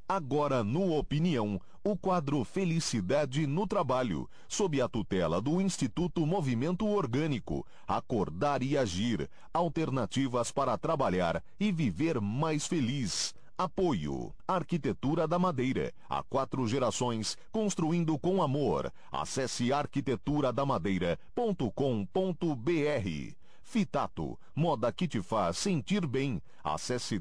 Agora no Opinião, o quadro Felicidade no Trabalho, sob a tutela do Instituto Movimento Orgânico. Acordar e agir. Alternativas para trabalhar e viver mais feliz. Apoio. Arquitetura da Madeira. Há 4 gerações, construindo com amor. Acesse arquiteturadamadeira.com.br. Fitato, moda que te faz sentir bem. Acesse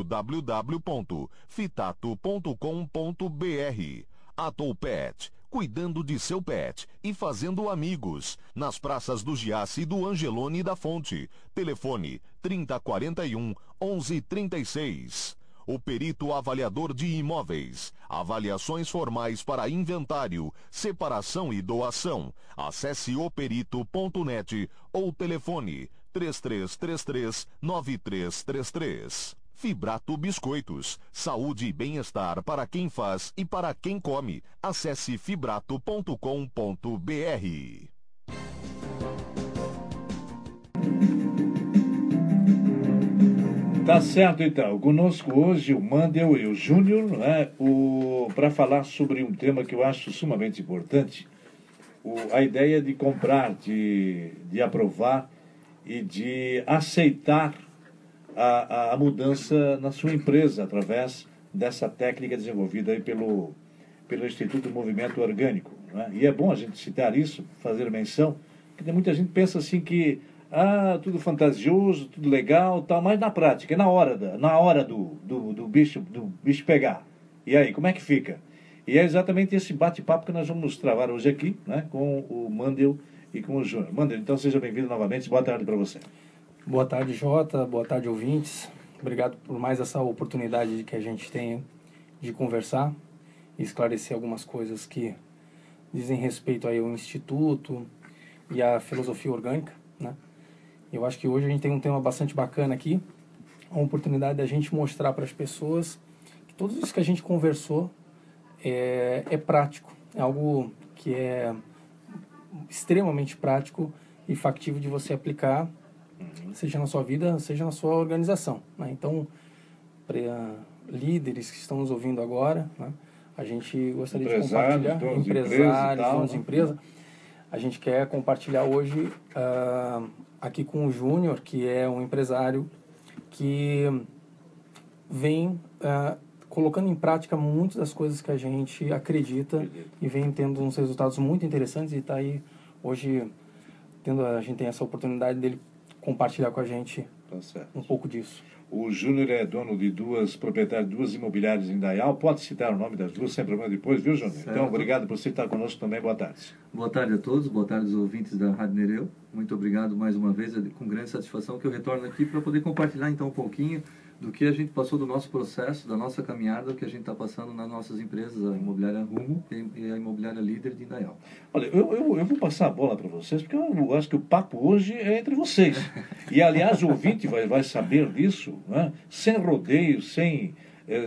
www.fitato.com.br. Atopet, cuidando de seu pet e fazendo amigos. Nas praças do Giasse e do Angelone da Fonte. Telefone 3041 1136. O perito avaliador de imóveis. Avaliações formais para inventário, separação e doação. Acesse operito.net ou telefone 3333-9333. Fibrato Biscoitos. Saúde e bem-estar para quem faz e para quem come. Acesse fibrato.com.br. Tá certo, então. Conosco hoje o Mandel e o Júnior, né, para falar sobre um tema que eu acho sumamente importante, a ideia de comprar, de aprovar e de aceitar a mudança na sua empresa, através dessa técnica desenvolvida aí pelo Instituto Movimento Orgânico. Né? E é bom a gente citar isso, fazer menção, porque muita gente pensa assim que tudo fantasioso, tudo legal, tal, mas na prática, na hora do bicho pegar. E aí, como é que fica? E é exatamente esse bate-papo que nós vamos travar hoje aqui, né, com o Mandel e com o Júnior. Mandel, então seja bem-vindo novamente, boa tarde para você. Boa tarde, Jota, boa tarde, ouvintes. Obrigado por mais essa oportunidade que a gente tem de conversar e esclarecer algumas coisas que dizem respeito aí ao Instituto e à filosofia orgânica, né? Eu acho que hoje a gente tem um tema bastante bacana aqui, uma oportunidade da gente mostrar para as pessoas que tudo isso que a gente conversou é prático, é algo que é extremamente prático e factível de você aplicar, seja na sua vida, seja na sua organização, né? Então, para líderes que estão nos ouvindo agora, né, a gente gostaria de compartilhar, empresários, donos de empresa, a gente quer compartilhar hoje aqui com o Júnior, que é um empresário que vem colocando em prática muitas das coisas que a gente acredita e vem tendo uns resultados muito interessantes, e está aí hoje a gente tem essa oportunidade dele compartilhar com a gente um pouco disso. O Júnior é dono de proprietário de 2 imobiliárias em Indaial. Pode citar o nome das duas, sem problema depois, viu, Júnior? Certo. Então, obrigado por você estar conosco também. Boa tarde. Boa tarde a todos, boa tarde aos ouvintes da Rádio Nereu. Muito obrigado mais uma vez, com grande satisfação que eu retorno aqui para poder compartilhar então um pouquinho do que a gente passou, do nosso processo, da nossa caminhada, o que a gente está passando nas nossas empresas, a Imobiliária Rumo e a Imobiliária Líder de Indaial. Olha, eu vou passar a bola para vocês, porque eu acho que o papo hoje é entre vocês. E, aliás, o ouvinte vai saber disso, né? Sem rodeio, sem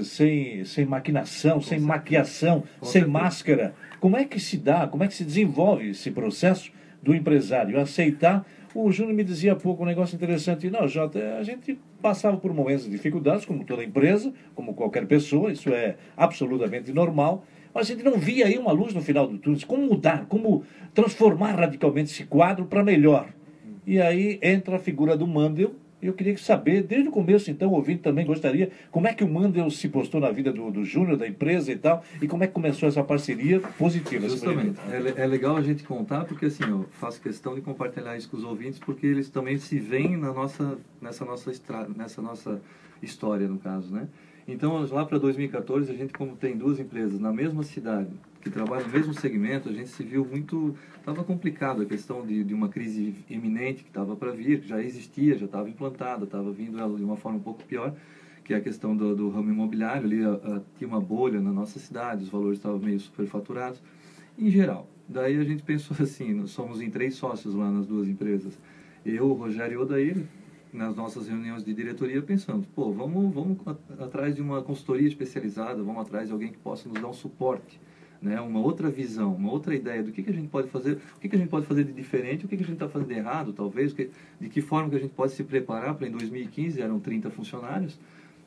maquinação, sem maquiação, sem máscara. Como é que se dá, como é que se desenvolve esse processo do empresário aceitar? O Júnior me dizia há pouco um negócio interessante. Não, Jota, a gente passava por momentos de dificuldades, como toda empresa, como qualquer pessoa, isso é absolutamente normal, mas a gente não via aí uma luz no final do túnel. Como mudar, como transformar radicalmente esse quadro para melhor? E aí entra a figura do Mandel. Eu queria saber, desde o começo, então, o ouvinte também gostaria, como é que o Mandel se postou na vida do Júnior, da empresa e tal, e como é que começou essa parceria positiva. Justamente, é legal a gente contar, porque assim, eu faço questão de compartilhar isso com os ouvintes, porque eles também se veem nessa nossa história, no caso, né? Então, lá para 2014, a gente, como tem 2 empresas na mesma cidade, que trabalham no mesmo segmento, a gente se viu muito... Estava complicado a questão de uma crise iminente que estava para vir, que já existia, já estava implantada, estava vindo ela de uma forma um pouco pior, que é a questão do ramo imobiliário. Ali tinha uma bolha na nossa cidade, os valores estavam meio superfaturados, em geral. Daí a gente pensou assim, nós somos em 3 sócios lá nas 2 empresas. Eu, o Rogério e o Odair, nas nossas reuniões de diretoria, pensando, vamos atrás de uma consultoria especializada, vamos atrás de alguém que possa nos dar um suporte, né? Uma outra visão, uma outra ideia do que a gente pode fazer, o que a gente pode fazer de diferente, o que a gente está fazendo de errado, talvez, de que forma que a gente pode se preparar para, em 2015, eram 30 funcionários,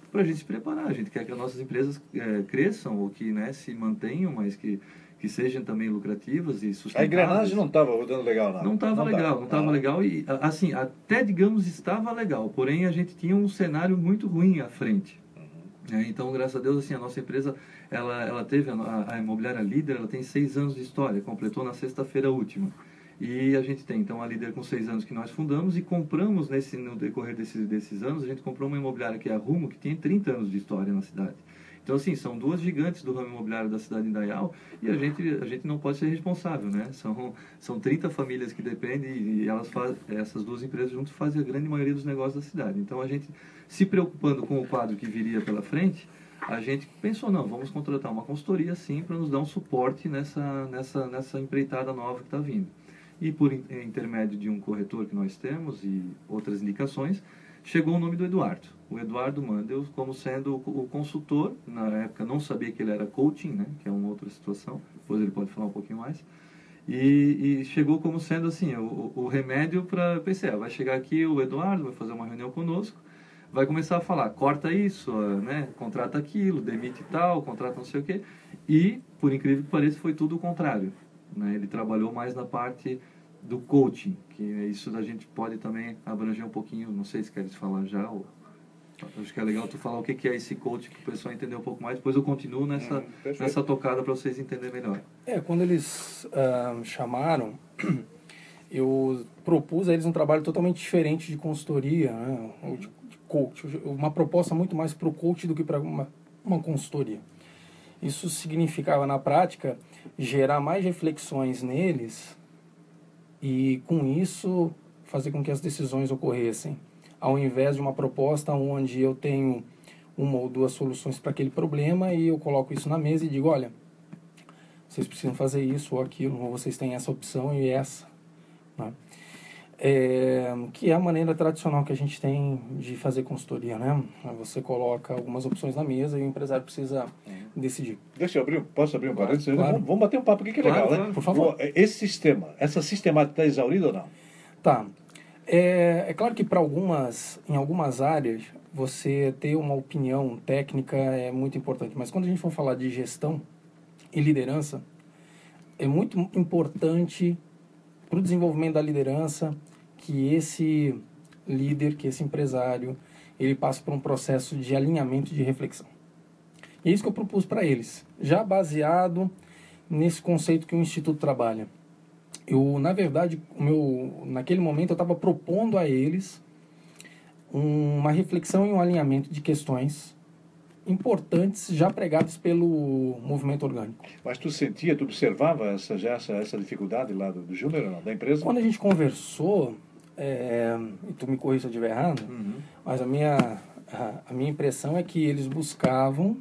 para a gente se preparar. A gente quer que as nossas empresas cresçam ou que, né, se mantenham, mas que sejam também lucrativas e sustentáveis. A engrenagem não estava rodando legal, não. Não estava legal e, assim, até, digamos, estava legal, porém a gente tinha um cenário muito ruim à frente. Então, graças a Deus, assim, a nossa empresa, ela teve, a Imobiliária Líder, ela tem 6 anos de história, completou na sexta-feira última. E a gente tem, então, a Líder com 6 anos que nós fundamos e compramos, no decorrer desses anos, a gente comprou uma imobiliária que é a Rumo, que tem 30 anos de história na cidade. Então, assim, são 2 gigantes do ramo imobiliário da cidade de Indaial e a gente não pode ser responsável, né? São 30 famílias que dependem e essas 2 empresas juntas fazem a grande maioria dos negócios da cidade. Então, a gente, se preocupando com o quadro que viria pela frente, a gente pensou, não, vamos contratar uma consultoria, sim, para nos dar um suporte nessa empreitada nova que está vindo. E por intermédio de um corretor que nós temos e outras indicações, chegou o nome do Eduardo. O Eduardo Mandel como sendo o consultor. Na época não sabia que ele era coaching, né, que é uma outra situação, depois ele pode falar um pouquinho mais. E chegou como sendo assim, o remédio para... Pensei, vai chegar aqui o Eduardo, vai fazer uma reunião conosco, vai começar a falar, corta isso, né, contrata aquilo, demite tal, contrata não sei o quê. E, por incrível que pareça, foi tudo o contrário. Né? Ele trabalhou mais na parte do coaching, que isso a gente pode também abranger um pouquinho, não sei se queres falar já, ou acho que é legal tu falar o que é esse coaching, que o pessoal entender um pouco mais, depois eu continuo nessa tocada para vocês entenderem melhor. Quando eles chamaram, eu propus a eles um trabalho totalmente diferente de consultoria, né? Ou de coach, uma proposta muito mais para o coach do que para uma consultoria. Isso significava, na prática, gerar mais reflexões neles e, com isso, fazer com que as decisões ocorressem. Ao invés de uma proposta onde eu tenho 1 ou 2 soluções para aquele problema e eu coloco isso na mesa e digo, olha, vocês precisam fazer isso ou aquilo, ou vocês têm essa opção e essa. Né? Que é a maneira tradicional que a gente tem de fazer consultoria, né? Você coloca algumas opções na mesa e o empresário precisa decidir. Posso abrir um parênteses? Claro. Vamos bater um papo aqui que é legal, né? Por favor. Esse sistema, essa sistemática está exaurida ou não? Tá. É claro que em algumas áreas, você ter uma opinião técnica é muito importante, mas quando a gente for falar de gestão e liderança, é muito importante para o desenvolvimento da liderança que esse líder, que esse empresário, ele passe por um processo de alinhamento e de reflexão. E é isso que eu propus para eles, já baseado nesse conceito que o Instituto trabalha. Na verdade, naquele momento eu estava propondo a eles uma reflexão e um alinhamento de questões importantes já pregadas pelo movimento orgânico. Mas tu observava essa dificuldade lá do Júnior, não, da empresa? Quando a gente conversou, e tu me corrija se eu estiver errado, mas a minha impressão é que eles buscavam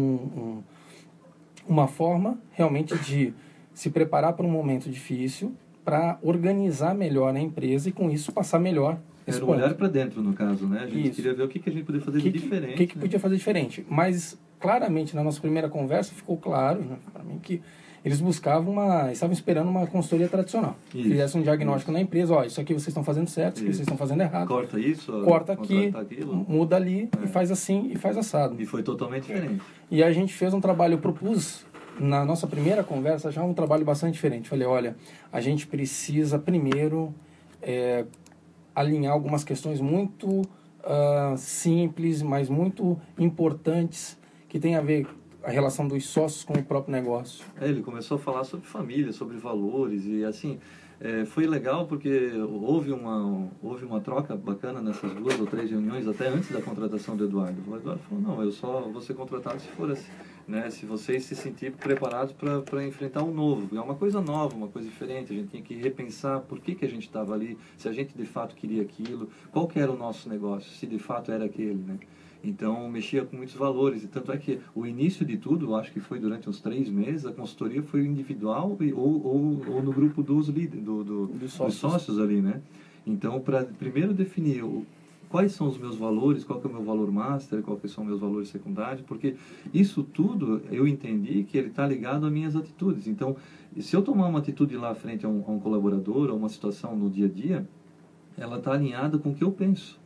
uma forma realmente de se preparar para um momento difícil, para organizar melhor a empresa e com isso passar melhor. Era olhar para dentro, no caso, né? A gente queria ver o que a gente podia fazer de diferente. O que podia fazer diferente. Mas, claramente, na nossa primeira conversa, ficou claro, né, para mim, que eles estavam esperando uma consultoria tradicional. Fizesse um diagnóstico na empresa, isso aqui vocês estão fazendo certo, isso aqui vocês estão fazendo errado. Corta isso, corta aqui, muda ali, e faz assim, e faz assado. E foi totalmente diferente. E a gente fez um trabalho, eu propus, na nossa primeira conversa, já um trabalho bastante diferente. Falei, olha, a gente precisa primeiro alinhar algumas questões muito simples, mas muito importantes, que tem a ver a relação dos sócios com o próprio negócio. Ele começou a falar sobre família, sobre valores e assim, foi legal porque houve uma troca bacana nessas 2 ou 3 reuniões, até antes da contratação do Eduardo. O Eduardo falou, não, eu só vou ser contratado se for assim, né, se vocês se sentirem preparados para enfrentar o novo. É uma coisa nova, uma coisa diferente, a gente tinha que repensar por que a gente estava ali, se a gente de fato queria aquilo, qual que era o nosso negócio, se de fato era aquele, né? Então, mexia com muitos valores. E tanto é que o início de tudo, acho que foi durante uns 3 meses, a consultoria foi individual ou no grupo dos líderes, dos sócios ali, né? Então, para primeiro definir quais são os meus valores, qual que é o meu valor master, quais que são os meus valores secundários, porque isso tudo eu entendi que ele está ligado às minhas atitudes. Então, se eu tomar uma atitude lá frente a um colaborador, ou uma situação no dia a dia, ela está alinhada com o que eu penso.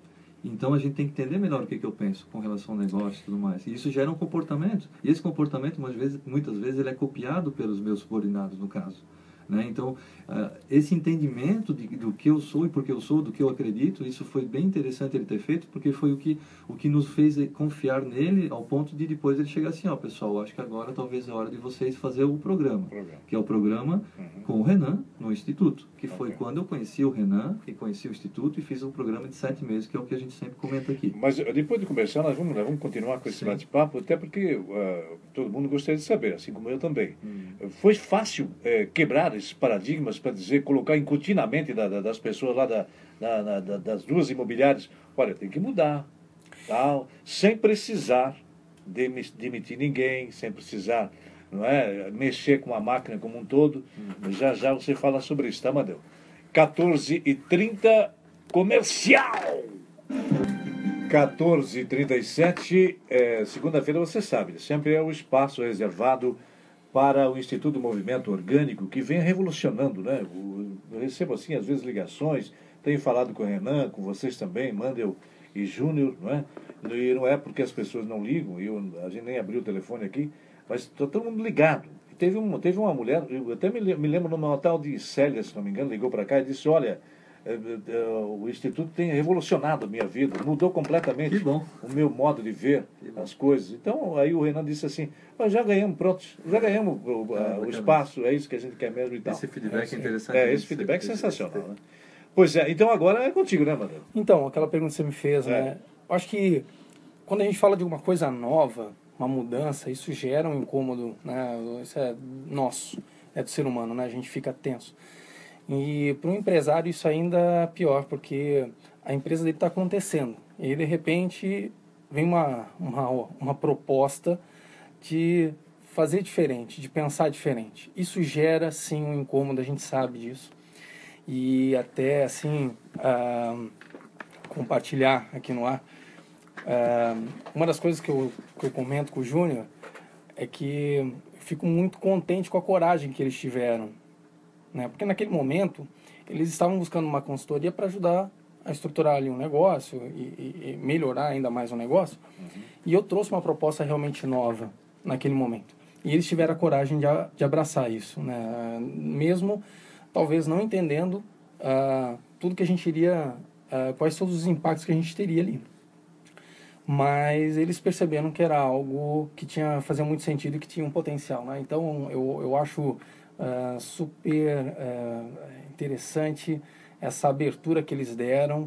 Então a gente tem que entender melhor o que eu penso com relação ao negócio e tudo mais. E isso gera um comportamento. E esse comportamento, muitas vezes, ele é copiado pelos meus subordinados, no caso. Né? Então, esse entendimento do que eu sou e por que eu sou, do que eu acredito, isso foi bem interessante ele ter feito, porque foi o que nos fez confiar nele, ao ponto de depois ele chegar assim, pessoal, acho que agora talvez é hora de vocês fazer o programa. Que é o programa com o Renan no Instituto, que foi quando eu conheci o Renan e conheci o Instituto e fiz um programa de 7 meses, que é o que a gente sempre comenta aqui. Mas depois de conversar, nós vamos continuar com esse bate-papo, até porque todo mundo gostaria de saber, assim como eu também. Foi fácil quebrar esses paradigmas, para dizer, colocar, incutir na mente das pessoas lá das duas imobiliárias, olha, tem que mudar, tal, sem precisar demitir ninguém, sem precisar, não é, mexer com a máquina como um todo. Já você fala sobre isso, tá, Amadeu? 14h30, comercial! 14h37, segunda-feira, você sabe, sempre é o espaço reservado para o Instituto do Movimento Orgânico, que vem revolucionando, né? Eu recebo, assim, às vezes ligações, tenho falado com o Renan, com vocês também, Mandel e Júnior, não é? E não é porque as pessoas não ligam, a gente nem abriu o telefone aqui, mas está todo mundo ligado. E teve uma mulher, eu até me lembro, numa tal de Célia, se não me engano, ligou para cá e disse, olha, o Instituto tem revolucionado a minha vida, mudou completamente o meu modo de ver as coisas. Então, aí o Renan disse assim, mas já ganhamos, pronto, já ganhamos o espaço, é isso que a gente quer mesmo e tal. Esse feedback é interessante. Esse feedback é sensacional, né? Pois é, então agora é contigo, né, Mandel? Então, aquela pergunta que você me fez, né? Eu acho que quando a gente fala de uma coisa nova, uma mudança, isso gera um incômodo, né? Isso é nosso, é do ser humano, né? A gente fica tenso. E para um empresário isso ainda é pior, porque a empresa dele está acontecendo. E aí, de repente, vem uma proposta de fazer diferente, de pensar diferente. Isso gera, sim, um incômodo, a gente sabe disso. E até, assim, compartilhar aqui no ar, uma das coisas que eu comento com o Júnior é que eu fico muito contente com a coragem que eles tiveram. Né? Porque naquele momento eles estavam buscando uma consultoria para ajudar a estruturar ali um negócio e melhorar ainda mais o negócio. E eu trouxe uma proposta realmente nova naquele momento. E eles tiveram a coragem de abraçar isso, né? Mesmo talvez não entendendo tudo que a gente iria, quais todos os impactos que a gente teria ali. Mas eles perceberam que era algo que fazia muito sentido e que tinha um potencial, né? Então eu acho super interessante essa abertura que eles deram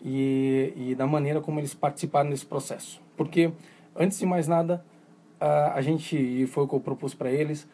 e da maneira como eles participaram desse processo. Porque, antes de mais nada, a gente, e foi o que eu propus para eles,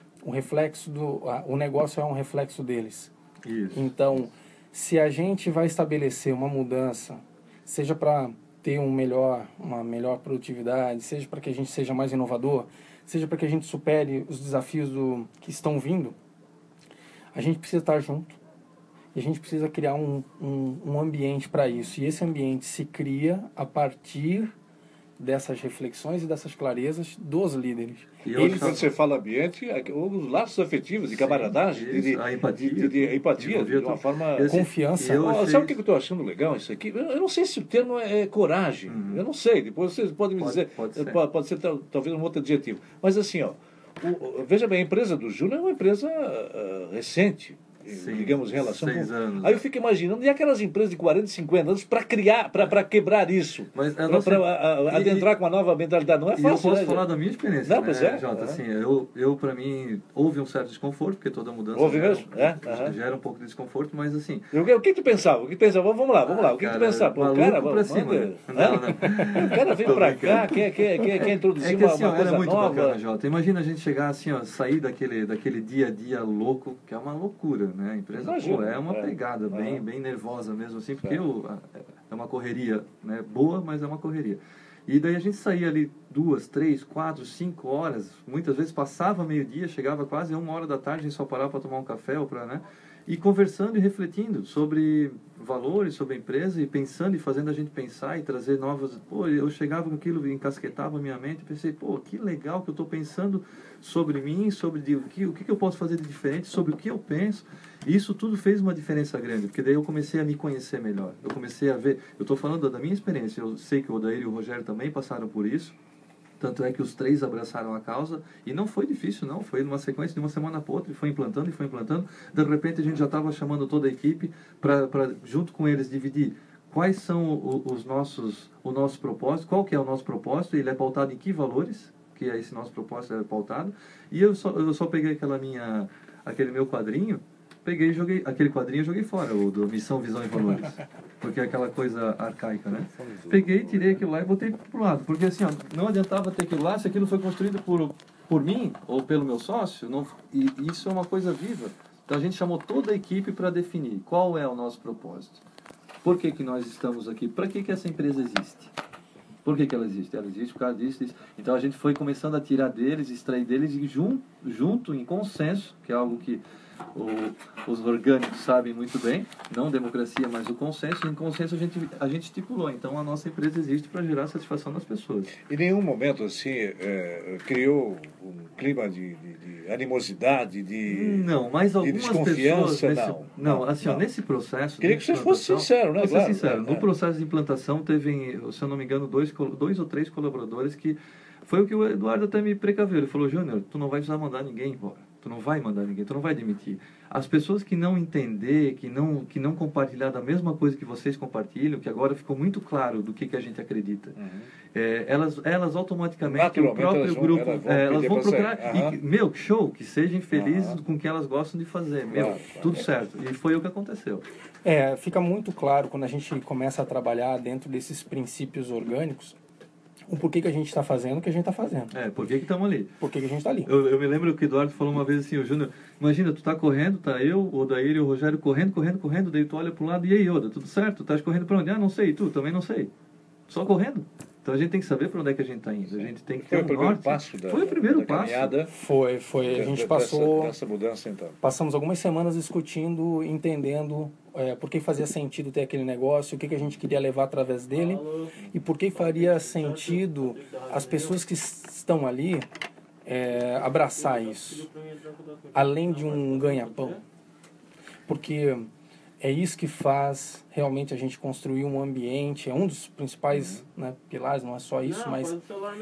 o negócio é um reflexo deles. Isso. Então, se a gente vai estabelecer uma mudança, seja para ter uma melhor produtividade, seja para que a gente seja mais inovador, seja para que a gente supere os desafios que estão vindo, a gente precisa estar junto e a gente precisa criar um ambiente para isso. E esse ambiente se cria a partir dessas reflexões e dessas clarezas dos líderes. Quando você fala ambiente, os laços afetivos, de camaradagem, a empatia, de uma forma... Confiança. Sabe o que eu estou achando legal isso aqui? Eu não sei se o termo é coragem. Eu não sei. Depois vocês podem me dizer. Pode ser talvez um outro adjetivo. Mas assim, veja bem, a empresa do Júnior é uma empresa recente. Sim, digamos, em relação 6 anos. Aí eu fico imaginando, e aquelas empresas de 40, 50 anos para criar, para quebrar isso, para adentrar com uma nova mentalidade, não é fácil. E eu posso falar da minha experiência, não, né, Jota? Assim, eu para mim, houve um certo desconforto, porque toda mudança gera um pouco de desconforto, mas assim... O que tu pensava? Vamos lá. O que tu pensava? Pô, cara, vamos pra cima. O cara vem para cá, quer introduzir uma coisa era muito nova. Bacana, Jota. Imagina a gente chegar assim, sair daquele dia a dia louco, que é uma loucura, né? A empresa é uma pegada bem nervosa mesmo, assim, porque é uma correria, né? Boa, mas é uma correria. E daí a gente saía ali 2, 3, 4, 5 horas, muitas vezes passava meio-dia, chegava quase 1 hora da tarde, a gente só parava para tomar um café ou para, né? e conversando e refletindo sobre valores, sobre a empresa, e pensando e fazendo a gente pensar e trazer novas... Pô, eu chegava com aquilo e encasquetava a minha mente e pensei, pô, que legal que eu estou pensando sobre mim, sobre o que eu posso fazer de diferente, sobre o que eu penso. E isso tudo fez uma diferença grande, porque daí eu comecei a me conhecer melhor. Eu comecei a ver... Eu estou falando da minha experiência, eu sei que o Odair e o Rogério também passaram por isso. Tanto é que os 3 abraçaram a causa, e não foi difícil, não. Foi numa sequência de uma semana para outra, e foi implantando, e foi implantando. De repente, a gente já estava chamando toda a equipe para, junto com eles, dividir quais são o nosso propósito, qual que é o nosso propósito, ele é pautado em que valores, que é esse nosso propósito é pautado. E eu só peguei aquele meu quadrinho, peguei e joguei, aquele quadrinho eu joguei fora, o do Missão, Visão e Valores. Porque é aquela coisa arcaica, né? Peguei, tirei aquilo lá e botei pro lado. Porque assim, ó, não adiantava ter aquilo lá se aquilo foi construído por mim ou pelo meu sócio. Não, e isso é uma coisa viva. Então a gente chamou toda a equipe para definir qual é o nosso propósito. Por que nós estamos aqui? Para que essa empresa existe? Por que ela existe? Ela existe por causa disso. Então a gente foi começando a tirar deles, extrair deles e junto em consenso, que é algo que os orgânicos sabem muito bem, não democracia, mas o consenso. Em consenso a gente estipulou. Então a nossa empresa existe para gerar satisfação das pessoas. Em nenhum momento assim criou um clima de animosidade, não, mas algumas desconfiança, pessoas não. Ó, nesse processo. Queria que você fosse sincero, né? Claro, sincero. No processo de implantação teve, se eu não me engano, dois ou três colaboradores que foi o que o Eduardo até me precaveu. Ele falou: Júnior, tu não vai precisar mandar ninguém embora. Tu não vai mandar ninguém, tu não vai demitir. As pessoas que não entender, que não compartilhar da mesma coisa que vocês compartilham, que agora ficou muito claro do que a gente acredita, elas automaticamente, o próprio grupo, elas vão procurar. E, show, que sejam felizes com o que elas gostam de fazer. Tudo certo. E foi o que aconteceu. Fica muito claro quando a gente começa a trabalhar dentro desses princípios orgânicos, o porquê que a gente está fazendo o que a gente está fazendo. Por que estamos ali? Por que a gente está ali? Eu me lembro que o Eduardo falou uma vez assim, o Júnior, imagina, tu tá correndo, tá eu, o Odair e o Rogério correndo, daí tu olha pro lado, e aí, Oda, tudo certo? Tá correndo pra onde? Não sei, tu também não sei. Só correndo. Então a gente tem que saber para onde é que a gente está indo. A gente tem que ter o primeiro passo Foi o primeiro passo. Caminhada. Foi. A gente passou... Dessa mudança, então. Passamos algumas semanas discutindo, entendendo por que fazia sentido ter aquele negócio, o que a gente queria levar através dele e por que faria sentido as pessoas que estão ali abraçar isso, além de um ganha-pão. Porque é isso que faz realmente a gente construir um ambiente, é um dos principais pilares, não é só isso, mas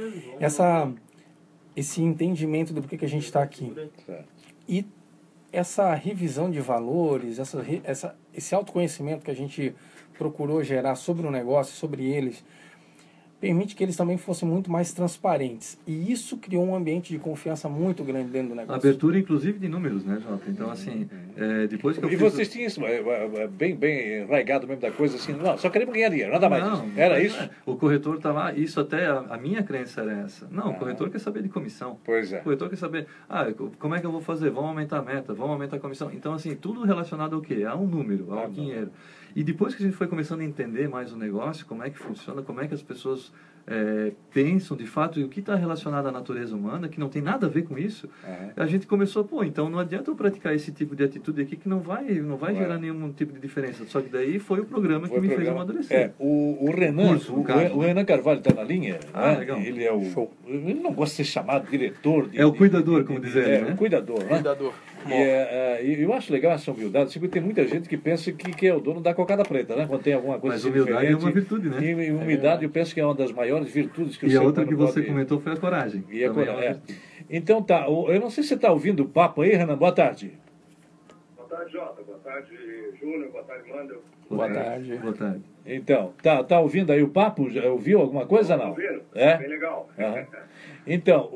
esse entendimento do porquê que a gente está aqui. E essa revisão de valores, esse autoconhecimento que a gente procurou gerar sobre o negócio, sobre eles, permite que eles também fossem muito mais transparentes. E isso criou um ambiente de confiança muito grande dentro do negócio. Abertura, inclusive, de números, né, Jota? Então, assim, depois que eu fiz... vocês tinham isso bem enraigado mesmo da coisa, assim, não, só queremos ganhar dinheiro, nada mais. Era isso? O corretor está lá, isso até, a minha crença era essa. Não, o corretor quer saber de comissão. Pois é. O corretor quer saber, como é que eu vou fazer? Vamos aumentar a meta, vamos aumentar a comissão. Então, assim, tudo relacionado ao quê? A um número, ao dinheiro. E depois que a gente foi começando a entender mais o negócio, como é que funciona, como é que as pessoas pensam de fato, e o que está relacionado à natureza humana, que não tem nada a ver com isso, a gente começou, então não adianta eu praticar esse tipo de atitude aqui que não vai gerar nenhum tipo de diferença. Só que daí foi o programa que me fez amadurecer. O Renan, o Renan Carvalho está na linha, legal. Ele é o... Show. Ele não gosta de ser chamado diretor. O cuidador, como dizer ele, né? O cuidador, né? Cuidador. E eu acho legal essa humildade, porque tem muita gente que pensa que é o dono da cocada preta, né? Quando tem alguma coisa assim diferente. Mas humildade é uma virtude, né? E humildade eu penso que é uma das maiores virtudes que o ser humano pode... E a outra que você pode... comentou foi a coragem. E a coragem. Então tá, eu não sei se você está ouvindo o papo aí, Renan, boa tarde. Boa tarde, Jota. Boa tarde, Júnior. Boa tarde, Mandel. Boa tarde. Boa tarde. Então, tá ouvindo aí o papo? Já ouviu alguma coisa, não? Ouvindo? Bem legal. Então,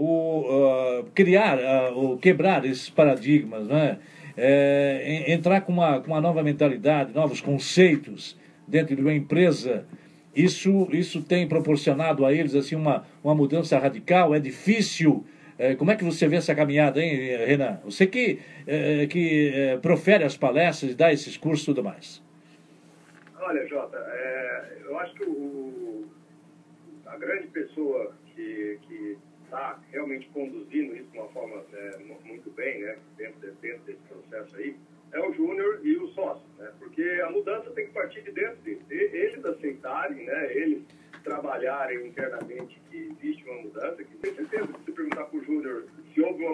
quebrar esses paradigmas, né? Entrar com uma nova mentalidade, novos conceitos dentro de uma empresa, isso tem proporcionado a eles assim uma mudança radical. É difícil. Como é que você vê essa caminhada, hein, Renan? Você que profere as palestras e dá esses cursos e tudo mais. Olha, Jota, eu acho que a grande pessoa que está realmente conduzindo isso de uma forma muito bem, né, dentro desse processo aí, é o Júnior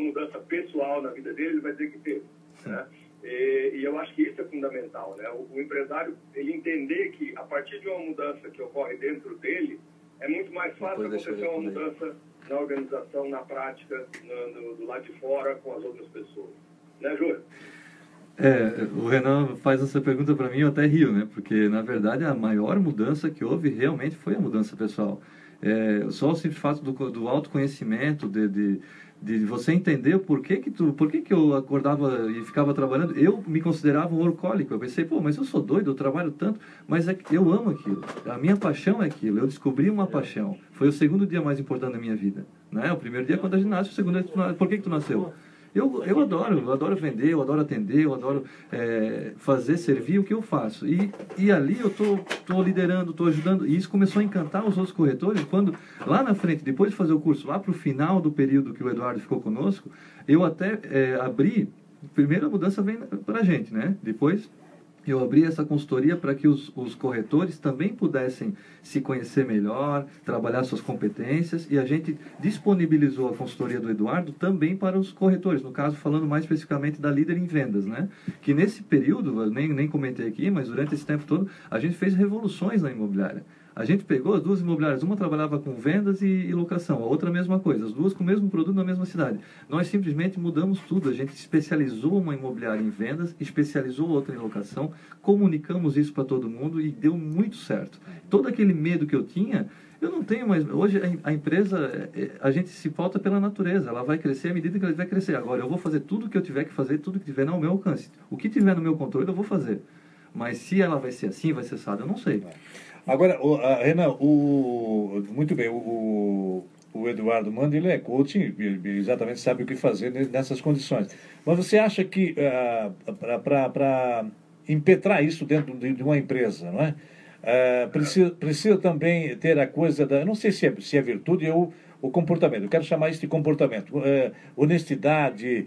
mudança pessoal na vida dele, ele vai dizer que teve, né? E eu acho que isso é fundamental, né? O empresário, ele entender que a partir de uma mudança que ocorre dentro dele, é muito mais fácil acontecer uma mudança na organização, na prática, do lado de fora, com as outras pessoas. Né, Júlio? O Renan faz essa pergunta para mim, eu até rio, né? Porque, na verdade, a maior mudança que houve realmente foi a mudança pessoal. Só o simples fato do autoconhecimento, de você entender por que eu acordava e ficava trabalhando. Eu me considerava um workaholic. Eu pensei, mas eu sou doido, eu trabalho tanto, mas eu amo aquilo. A minha paixão é aquilo. Eu descobri uma paixão. Foi o segundo dia mais importante da minha vida, né? O primeiro dia é quando a gente nasce, o segundo dia, por que tu nasceu? Eu adoro vender, eu adoro atender, eu adoro fazer, servir o que eu faço. E ali eu tô liderando, tô ajudando. E isso começou a encantar os outros corretores quando, lá na frente, depois de fazer o curso, lá para o final do período que o Eduardo ficou conosco, eu até abri, primeiro a mudança vem para a gente, né? Depois eu abri essa consultoria para que os corretores também pudessem se conhecer melhor, trabalhar suas competências, e a gente disponibilizou a consultoria do Eduardo também para os corretores, no caso falando mais especificamente da Líder em Vendas, né? Que nesse período, eu nem comentei aqui, mas durante esse tempo todo, a gente fez revoluções na imobiliária. A gente pegou as duas imobiliárias, uma trabalhava com vendas e locação, a outra a mesma coisa, as duas com o mesmo produto na mesma cidade. Nós simplesmente mudamos tudo, a gente especializou uma imobiliária em vendas, especializou outra em locação, comunicamos isso para todo mundo e deu muito certo. Todo aquele medo que eu tinha, eu não tenho mais. Hoje a empresa, a gente se pauta pela natureza, ela vai crescer à medida que ela vai crescer. Agora, eu vou fazer tudo o que eu tiver que fazer, tudo que tiver ao meu alcance. O que tiver no meu controle, eu vou fazer. Mas se ela vai ser assim, vai ser assado, eu não sei. Agora, Renan, muito bem, o Eduardo Manda, ele é coaching, exatamente sabe o que fazer nessas condições. Mas você acha que para impetrar isso dentro de uma empresa, não é? Precisa também ter a coisa da... Não sei se é virtude ou o comportamento. Eu quero chamar isso de comportamento. Honestidade,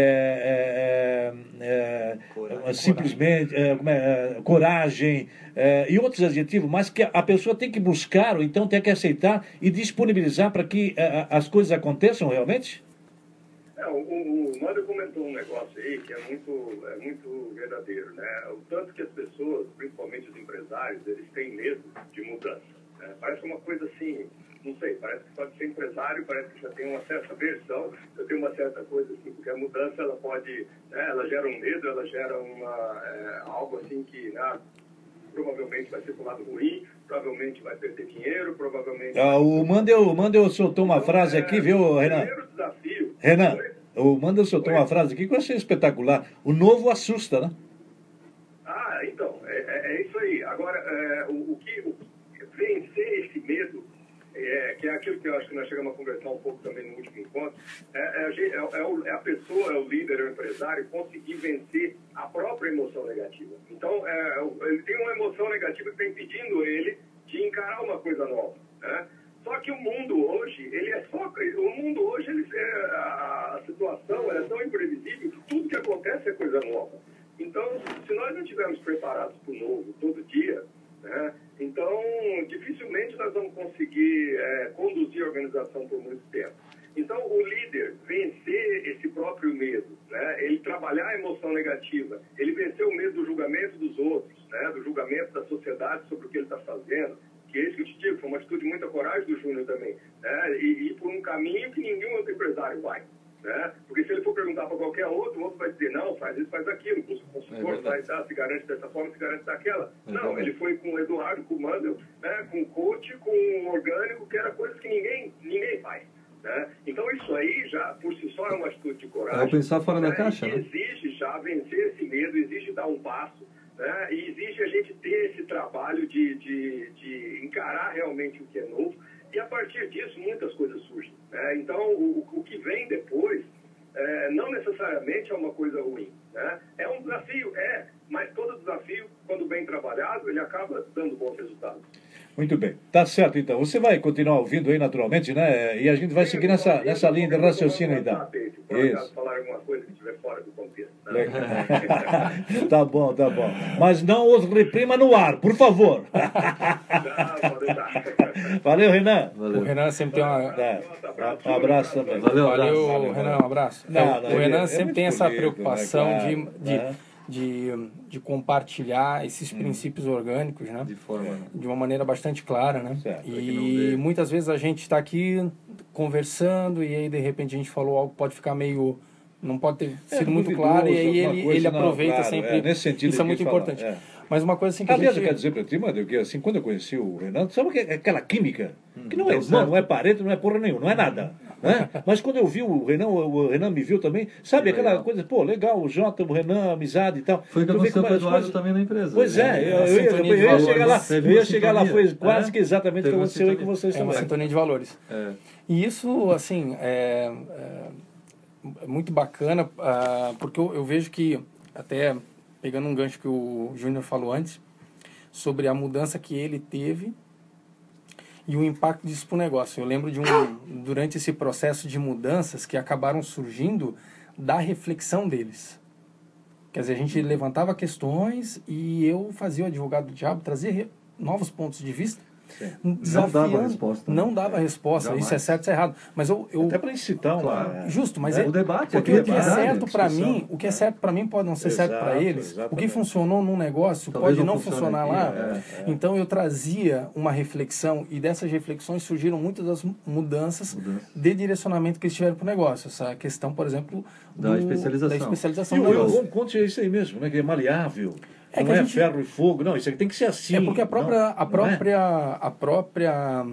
simplesmente coragem e outros adjetivos, mas que a pessoa tem que buscar, ou então tem que aceitar e disponibilizar para que as coisas aconteçam realmente? O Mário comentou um negócio aí que é muito verdadeiro, né? O tanto que as pessoas, principalmente os empresários, eles têm medo de mudança, né? Parece uma coisa assim, não sei, parece que só de ser empresário, parece que já tem uma certa versão, já tem uma certa coisa assim, porque a mudança ela pode, né, ela gera um medo, ela gera algo assim que provavelmente vai ser pro lado ruim, provavelmente vai perder dinheiro, provavelmente... O Mandel soltou uma frase aqui, viu, Renan? O primeiro desafio... Renan, o Mandel soltou uma frase aqui que eu achei espetacular. O novo assusta, né? Então, é isso aí. Agora, o que vencer esse medo, que é aquilo que eu acho que nós chegamos a conversar um pouco também no último encontro, a pessoa, é o líder, é o empresário, conseguir vencer a própria emoção negativa. Então, ele tem uma emoção negativa que está impedindo ele de encarar uma coisa nova, né? Só que o mundo hoje, a situação é tão imprevisível que tudo que acontece é coisa nova. Então, se nós não estivermos preparados para o novo todo dia, né, então dificilmente nós vamos conseguir conduzir a organização por muito tempo. Então, o líder vencer esse próprio medo, né, ele trabalhar a emoção negativa, ele vencer o medo do julgamento dos outros, né, do julgamento da sociedade sobre o que ele está fazendo, que é isso que eu te digo, foi uma atitude de muita coragem do Júnior também, né, e ir por um caminho que nenhum outro empresário vai. Né? Porque se ele for perguntar para qualquer outro, o outro vai dizer, não, faz isso, faz aquilo, o consultor se garante dessa forma, se garante daquela. Não, ele foi com o Eduardo, com o Mandel, né? Com o coach, com o orgânico, que era coisa que ninguém faz. Né? Então isso aí já, por si só, é uma atitude de coragem. É pensar fora da caixa, né? Exige já vencer esse medo, exige dar um passo, né? E exige a gente ter esse trabalho de encarar realmente o que é novo. E a partir disso, muitas coisas surgem. Né? Então, o que vem depois não necessariamente é uma coisa ruim. Né? É um desafio, mas todo desafio, quando bem trabalhado, ele acaba dando bons resultados. Muito bem. Tá certo, então. Você vai continuar ouvindo aí, naturalmente, né? E a gente vai seguir nessa linha de raciocínio, então. por acaso falar alguma coisa que estiver fora do contexto. Né? Tá bom. Mas não os reprima no ar, por favor. Não, pode deixar. Valeu, Renan. O Renan sempre tem uma... Um abraço também. Valeu, Renan, um abraço. O Renan sempre tem essa bonito, preocupação né? de compartilhar esses princípios orgânicos, né? De uma maneira bastante clara, né? Certo. E muitas vezes a gente está aqui conversando e aí de repente a gente falou algo que pode ficar meio... Não pode ter sido muito claro e aí ele aproveita sempre. Nesse sentido isso é muito importante. Mas uma coisa assim que aliás, eu quero dizer para ti, Madeu, que assim, quando eu conheci o Renan, sabe que é aquela química? Que não é irmão, não é parente, não é porra nenhuma, não é nada. Né? Mas quando eu vi o Renan me viu também, sabe, aquela coisa, pô, legal, o Jota, o Renan, amizade e tal. Foi o que aconteceu com o Eduardo também na empresa. Pois eu ia chegar lá, foi quase que exatamente o que aconteceu aí com vocês também. É uma sintonia de valores. E isso, assim, é muito bacana, porque eu vejo que, até pegando um gancho que o Júnior falou antes, sobre a mudança que ele teve e o impacto disso para o negócio. Eu lembro durante esse processo de mudanças que acabaram surgindo da reflexão deles. Quer dizer, a gente levantava questões e eu fazia o advogado do diabo, trazer novos pontos de vista. Não dava resposta. Não dava resposta. Jamais. Isso é certo, isso é errado. Mas eu até para incitar uma... Justo, mas o debate, porque o que é certo para mim, o que é certo para mim pode não ser certo para eles. Exatamente. O que funcionou num negócio Talvez pode não funcionar aqui, lá. Então eu trazia uma reflexão e dessas reflexões surgiram muitas das mudanças de direcionamento que eles tiveram para o negócio. Essa questão, por exemplo, da especialização. E o conte é isso aí mesmo, né? Que é maleável. Não é ferro e fogo, não, isso aqui tem que ser assim. É porque a própria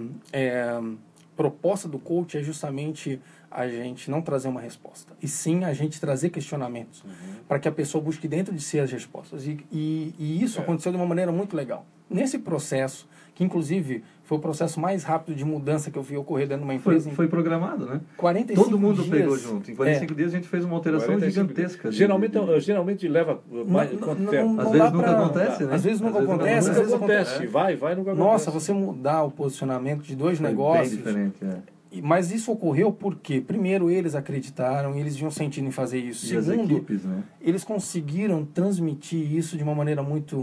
proposta do coach é justamente a gente não trazer uma resposta, e sim a gente trazer questionamentos, para que a pessoa busque dentro de si as respostas. E isso aconteceu de uma maneira muito legal. Nesse processo, que inclusive foi o processo mais rápido de mudança que eu vi ocorrer dentro de uma empresa. Foi programado, né? 45 Todo mundo dias, pegou junto. Em 45 dias a gente fez uma alteração gigantesca. Geralmente leva mais quanto tempo? Às vezes nunca acontece, né? Às vezes nunca acontece. Nunca acontece. Vai, nunca acontece. Nossa, você mudar o posicionamento de dois negócios... Bem diferente, Mas isso ocorreu porque, primeiro, eles acreditaram, eles vinham sentindo em fazer isso. E segundo, as equipes, né? Eles conseguiram transmitir isso de uma maneira muito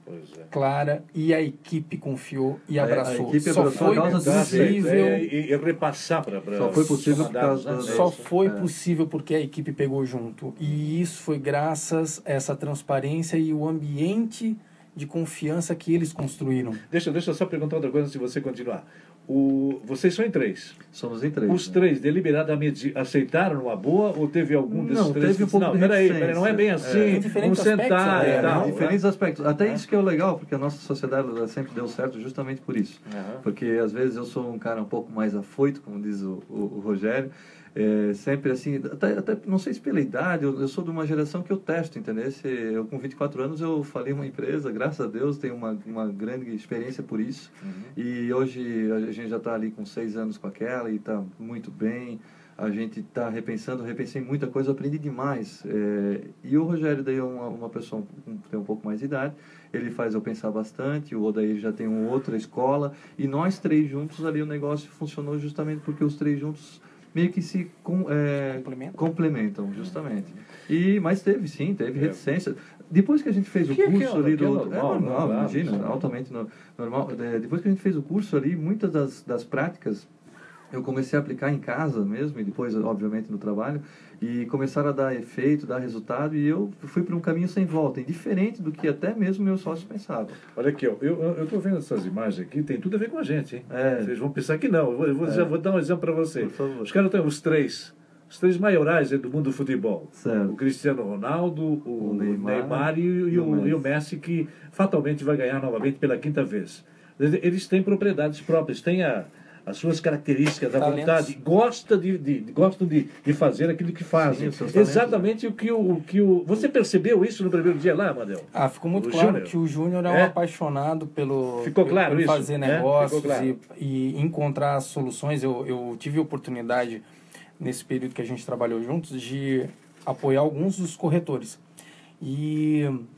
clara e a equipe confiou e abraçou. A equipe só abraçou foi por causa possível e repassar para só foi possível por causa só foi possível porque a equipe pegou junto. E isso foi graças a essa transparência e o ambiente de confiança que eles construíram. Deixa eu só perguntar outra coisa antes de você continuar. Vocês são em 3. Somos em 3. Os 3 deliberadamente aceitaram uma boa ou teve algum desses 3? Teve um pouco de peraí, não é bem assim. Diferentes Vamos sentar aspectos, e tal. Diferentes aspectos. Até isso que é o legal, porque a nossa sociedade sempre deu certo justamente por isso. Porque às vezes eu sou um cara um pouco mais afoito, como diz o Rogério. Sempre assim, até não sei se pela idade, eu sou de uma geração que eu testo, entendeu? Eu com 24 anos eu falei uma empresa, graças a Deus, tenho uma grande experiência por isso. E hoje a gente já está ali com 6 anos com aquela e está muito bem. A gente está repensei muita coisa, aprendi demais. E o Rogério daí é uma pessoa que tem um pouco mais de idade, ele faz eu pensar bastante, o Odair já tem uma outra escola, e nós 3 juntos ali o negócio funcionou justamente porque os 3 juntos meio que se complementam, justamente. Mas teve reticência. Depois que a gente fez o curso ali do... É normal, imagina, altamente normal. Depois que a gente fez o curso ali, muitas das práticas eu comecei a aplicar em casa mesmo, e depois, obviamente, no trabalho, e começaram a dar efeito, dar resultado, e eu fui para um caminho sem volta, indiferente do que até mesmo meu sócio pensava. Olha aqui, eu estou vendo essas imagens aqui, tem tudo a ver com a gente, hein? Vocês vão pensar que não. Já vou dar um exemplo para vocês. Os caras têm os três maiorais do mundo do futebol. Certo. O Cristiano Ronaldo, o Neymar e o Messi, que fatalmente vai ganhar novamente pela 5ª vez. Eles têm propriedades próprias, têm as suas características, a vontade, gostam de fazer aquilo que fazem. Sim, exatamente o que Você percebeu isso no primeiro dia lá, Madel? Ficou muito claro que o Júnior é um apaixonado pelo fazer negócios e encontrar soluções. Eu tive a oportunidade, nesse período que a gente trabalhou juntos, de apoiar alguns dos corretores. E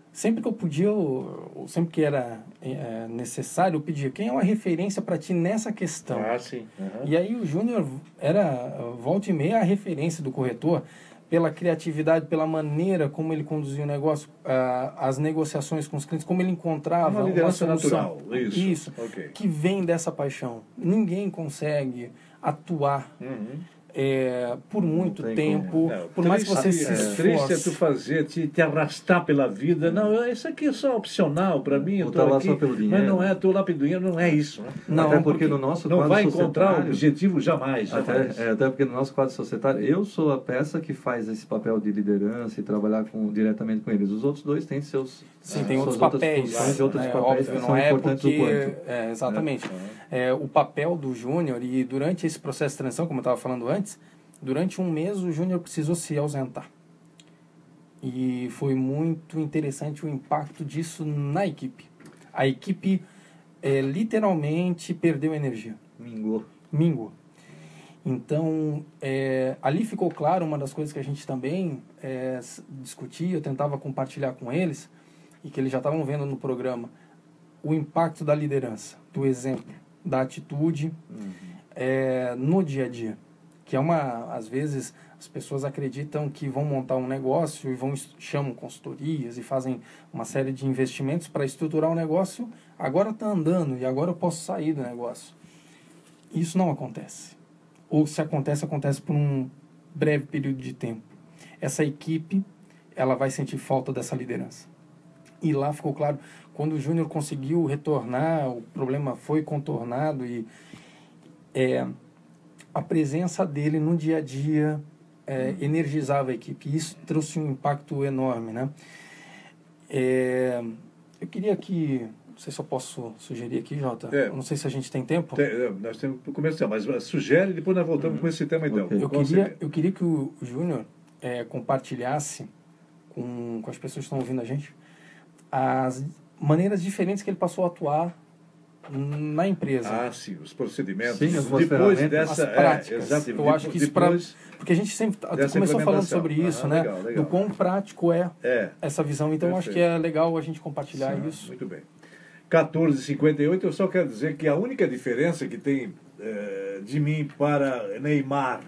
sempre que eu podia, sempre que era necessário, eu pedia, quem é uma referência para ti nessa questão? Sim. Uhum. E aí o Júnior era, volta e meia, a referência do corretor, pela criatividade, pela maneira como ele conduzia o negócio, as negociações com os clientes, como ele encontrava uma solução. Natural, isso. Okay. Que vem dessa paixão. Ninguém consegue atuar por muito tempo, por mais que você se esforce. Triste é tu fazer, te arrastar pela vida. Não, isso aqui é só opcional para mim. Eu tô lá aqui, só pelo dinheiro. Mas não é, estou lá pelo dinheiro, não é isso. Né? Não, até porque no nosso não quadro vai encontrar o objetivo jamais. Até porque no nosso quadro societário, eu sou a peça que faz esse papel de liderança e trabalhar diretamente com eles. Os outros dois têm seus... Sim, tem outros papéis. Óbvio, não é porque... exatamente. O papel do Júnior, e durante esse processo de transição, como eu estava falando antes, durante um mês o Júnior precisou se ausentar. E foi muito interessante o impacto disso na equipe. A equipe literalmente perdeu energia. Mingou. Então, ali ficou claro uma das coisas que a gente também discutia, eu tentava compartilhar com eles, e que eles já estavam vendo no programa, o impacto da liderança, do exemplo, da atitude no dia a dia. Que às vezes, as pessoas acreditam que vão montar um negócio e chamam consultorias e fazem uma série de investimentos para estruturar o negócio. Agora está andando e agora eu posso sair do negócio. Isso não acontece. Ou se acontece, acontece por um breve período de tempo. Essa equipe, ela vai sentir falta dessa liderança. E lá ficou claro, quando o Júnior conseguiu retornar, o problema foi contornado e a presença dele no dia a dia energizava a equipe. E isso trouxe um impacto enorme, né? Eu queria que... Não sei se eu posso sugerir aqui, Jota. Não sei se a gente tem tempo. Nós temos que começar, mas sugere e depois nós voltamos com esse tema então. Okay. Eu queria que o Júnior compartilhasse com as pessoas que estão ouvindo a gente as maneiras diferentes que ele passou a atuar na empresa. Sim, os procedimentos. Sim, depois dessa práticas. Exatamente. Eu acho que isso porque a gente sempre começou falando sobre isso, né? Legal. Do quão prático essa visão. Então, eu acho que é legal a gente compartilhar isso. Muito bem. 14h58, eu só quero dizer que a única diferença que tem de mim para Neymar,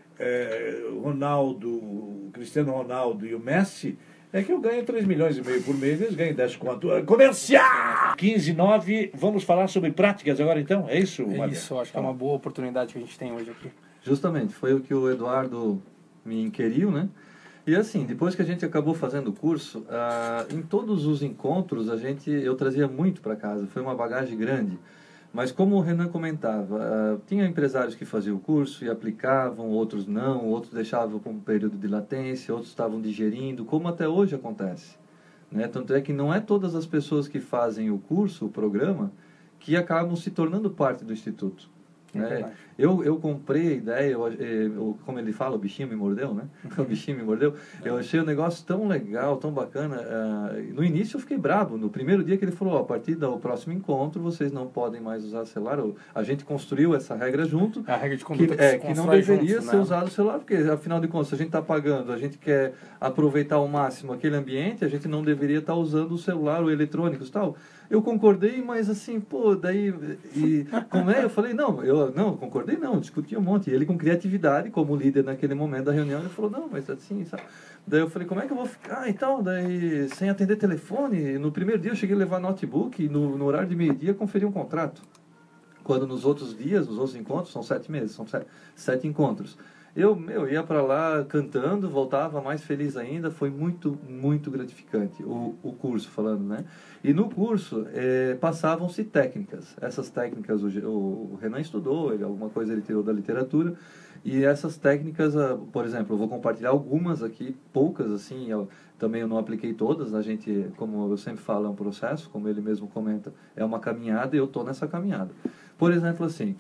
Ronaldo, Cristiano Ronaldo e o Messi é que eu ganho 3,5 milhões por mês, eles ganham 10 conto. Comercial! 15h09, vamos falar sobre práticas agora então? É isso, Maria? Isso, acho que é uma boa oportunidade que a gente tem hoje aqui. Justamente, foi o que o Eduardo me inquiriu, né? E assim, depois que a gente acabou fazendo o curso, em todos os encontros eu trazia muito para casa, foi uma bagagem grande. Mas como o Renan comentava, tinha empresários que faziam o curso e aplicavam, outros não, outros deixavam com um período de latência, outros estavam digerindo, como até hoje acontece. Né? Tanto é que não é todas as pessoas que fazem o curso, o programa, que acabam se tornando parte do Instituto. Né? Eu comprei a ideia, como ele fala, o bichinho me mordeu, né? O bichinho me mordeu. Eu achei o negócio tão legal, tão bacana. No início eu fiquei bravo. No primeiro dia que ele falou, a partir do próximo encontro, vocês não podem mais usar celular. A gente construiu essa regra junto. A regra de conduta que não deveria ser usado o celular, porque afinal de contas, se a gente está pagando, a gente quer aproveitar ao máximo aquele ambiente, a gente não deveria estar usando o celular, o eletrônico e tal. Eu concordei, mas assim, daí... como eu falei, não, concordei não, discuti um monte. E ele com criatividade, como líder naquele momento da reunião, ele falou, não, mas assim, sabe? Daí eu falei, como é que eu vou ficar e tal? Daí, sem atender telefone. No primeiro dia eu cheguei a levar notebook e no horário de meio-dia conferir um contrato. Quando nos outros dias, nos outros encontros, são 7 meses, são 7 encontros. Eu ia para lá cantando, voltava mais feliz ainda, foi muito, muito gratificante o curso falando, né? E no curso passavam-se técnicas. Essas técnicas o Renan estudou, alguma coisa ele tirou da literatura, e essas técnicas, por exemplo, eu vou compartilhar algumas aqui, poucas assim, também eu não apliquei todas, a gente, como eu sempre falo, é um processo, como ele mesmo comenta, é uma caminhada e eu estou nessa caminhada. Por exemplo, assim...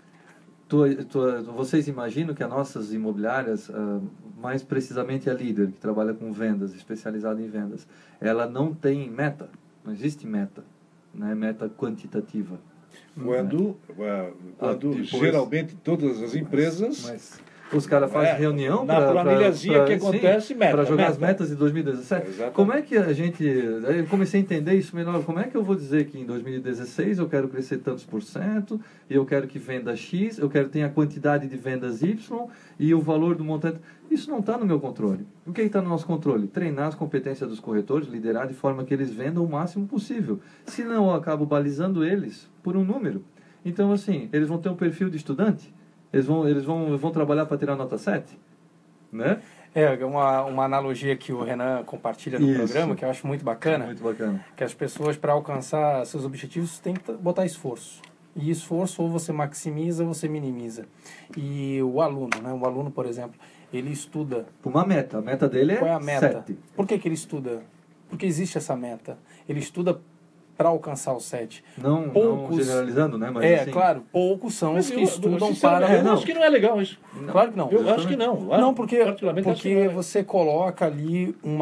Vocês imaginam que as nossas imobiliárias, mais precisamente a Líder, que trabalha com vendas, especializada em vendas, ela não tem meta, não existe meta, né? Meta quantitativa. Quando depois, geralmente todas as empresas os caras fazem reunião na planilhazinha que acontece, meta. Para jogar as metas de 2017. Exatamente. Como é que a gente... Eu comecei a entender isso melhor. Como é que eu vou dizer que em 2016 eu quero crescer tantos %, e eu quero que venda X, eu quero ter a quantidade de vendas Y e o valor do montante... Isso não está no meu controle. O que está no nosso controle? Treinar as competências dos corretores, liderar de forma que eles vendam o máximo possível. Senão eu acabo balizando eles por um número. Então, assim, eles vão ter um perfil de estudante? Eles vão trabalhar para tirar nota 7? Né? É uma analogia que o Renan compartilha no programa, que eu acho muito bacana. Muito bacana. Que as pessoas, para alcançar seus objetivos, têm que botar esforço. E esforço ou você maximiza ou você minimiza. E o aluno, né? O aluno, por exemplo, ele estuda... Uma meta. A meta dele é 7. Qual é a meta? Por que ele estuda? Porque existe essa meta. Ele estuda para alcançar o 7. Não generalizando, né? Mas assim... claro, poucos são os que estudam eu para... Eu acho que não é legal isso. Claro que não. Eu acho que não. Não, porque você coloca ali um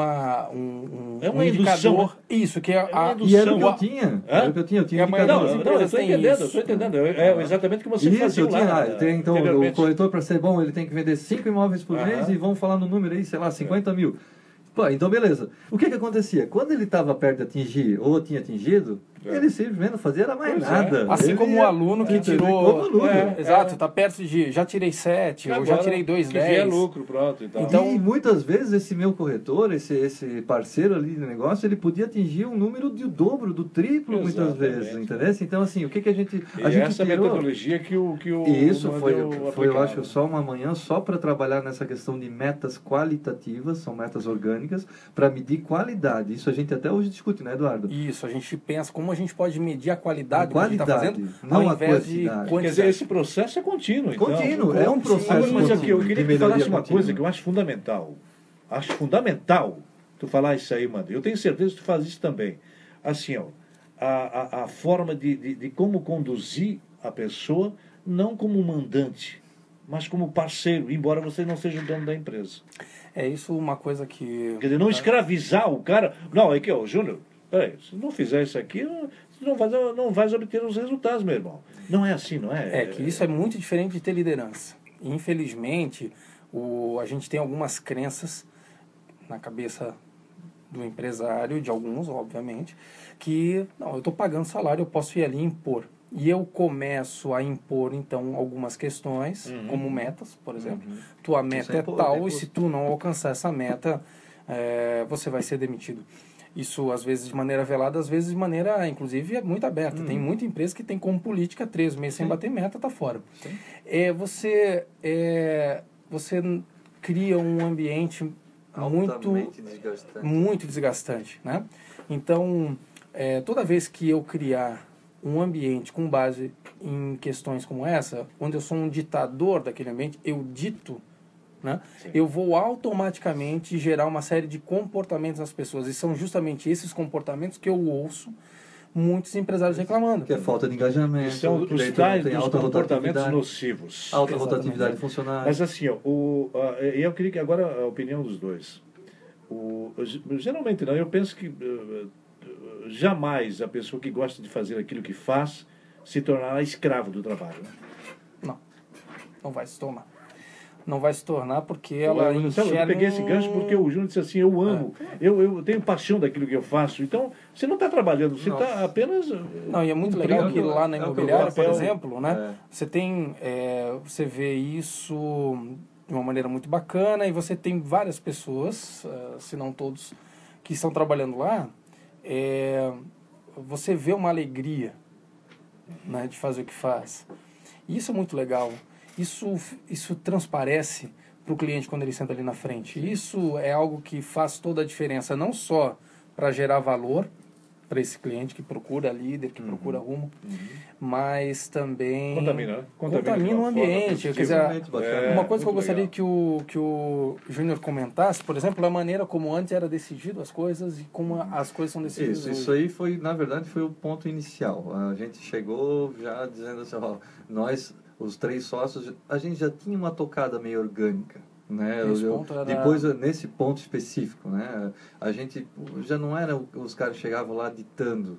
indicador. Isso, que é a... E era o que eu tinha. Eu tinha Não, eu estou entendendo. É exatamente o que você fazia lá. Então, o corretor, para ser bom, ele tem que vender 5 imóveis por mês e vamos falar no número aí, sei lá, 50 mil. Pô, então beleza. O que acontecia? Quando ele estava perto de atingir ou tinha atingido, ele simplesmente não fazia nada. Assim como o aluno que tirou... Exato, está perto de... Já tirei 7, ou já tirei 2, 10. Que é lucro, pronto. Então, e muitas vezes esse meu corretor, esse parceiro ali de negócio, ele podia atingir um número do dobro, do triplo, muitas vezes, entendeu? Então, assim, o que a gente... essa metodologia que o Isso foi, eu acho, só uma manhã só para trabalhar nessa questão de metas qualitativas, são metas orgânicas, para medir qualidade. Isso a gente até hoje discute, né, Eduardo? Isso, a gente pensa como a gente pode medir a qualidade do que a gente está fazendo, não ao invés de quantidade. Quer dizer, esse processo é contínuo. Contínuo, é um processo Mas contínuo. Eu queria que tu falasse uma coisa que eu acho fundamental. Acho fundamental tu falar isso aí, mano. Eu tenho certeza que tu faz isso também. Assim, ó, a forma de como conduzir a pessoa, não como mandante, mas como parceiro, embora você não seja o dono da empresa. É isso uma coisa que... Quer dizer, não escravizar o cara. Não, aqui, ó, Júnior, peraí, se não fizer isso aqui, não vais obter os resultados, meu irmão. Não é assim, não é? É que isso é muito diferente de ter liderança. Infelizmente, a gente tem algumas crenças na cabeça do empresário, de alguns, obviamente, que, não, eu estou pagando salário, eu posso ir ali e impor. E eu começo a impor, então, algumas questões, como metas, por exemplo. Tua meta é tal, e se tu não alcançar essa meta, você vai ser demitido. Isso, às vezes, de maneira velada, às vezes de maneira, inclusive, muito aberta. Tem muita empresa que tem como política 3 meses sem bater meta, tá fora. Você cria um ambiente muito desgastante, né? Então, toda vez que eu criar um ambiente com base em questões como essa, onde eu sou um ditador daquele ambiente, eu dito, né? Eu vou automaticamente gerar uma série de comportamentos nas pessoas. E são justamente esses comportamentos que eu ouço muitos empresários reclamando. Que é falta de engajamento. São os tais dos comportamentos nocivos. Alta rotatividade funcional. Mas assim, eu queria que agora a opinião dos dois. Geralmente não, eu penso que jamais a pessoa que gosta de fazer aquilo que faz se tornará escravo do trabalho. Né? Não vai se tornar. Não vai se tornar porque ela enxerga... Eu peguei esse gancho porque o Júnior disse assim, eu amo, eu tenho paixão daquilo que eu faço. Então, você não está trabalhando, você está apenas... Não, e é muito legal que lá na imobiliária, por exemplo, né, você vê isso de uma maneira muito bacana e você tem várias pessoas, se não todos, que estão trabalhando lá, você vê uma alegria, né, de fazer o que faz. E isso é muito legal. Isso transparece para o cliente quando ele senta ali na frente. Isso é algo que faz toda a diferença, não só para gerar valor para esse cliente que procura líder, que procura rumo, mas também contamina o ambiente. Quer dizer, uma coisa que eu gostaria que o Júnior comentasse, por exemplo, a maneira como antes era decidido as coisas e como as coisas são decididas hoje. Isso aí foi, na verdade, foi o ponto inicial. A gente chegou já dizendo assim, nós, os 3 sócios, a gente já tinha uma tocada meio orgânica. Né? Depois, nesse ponto específico, né? A gente já não era os caras chegavam lá ditando,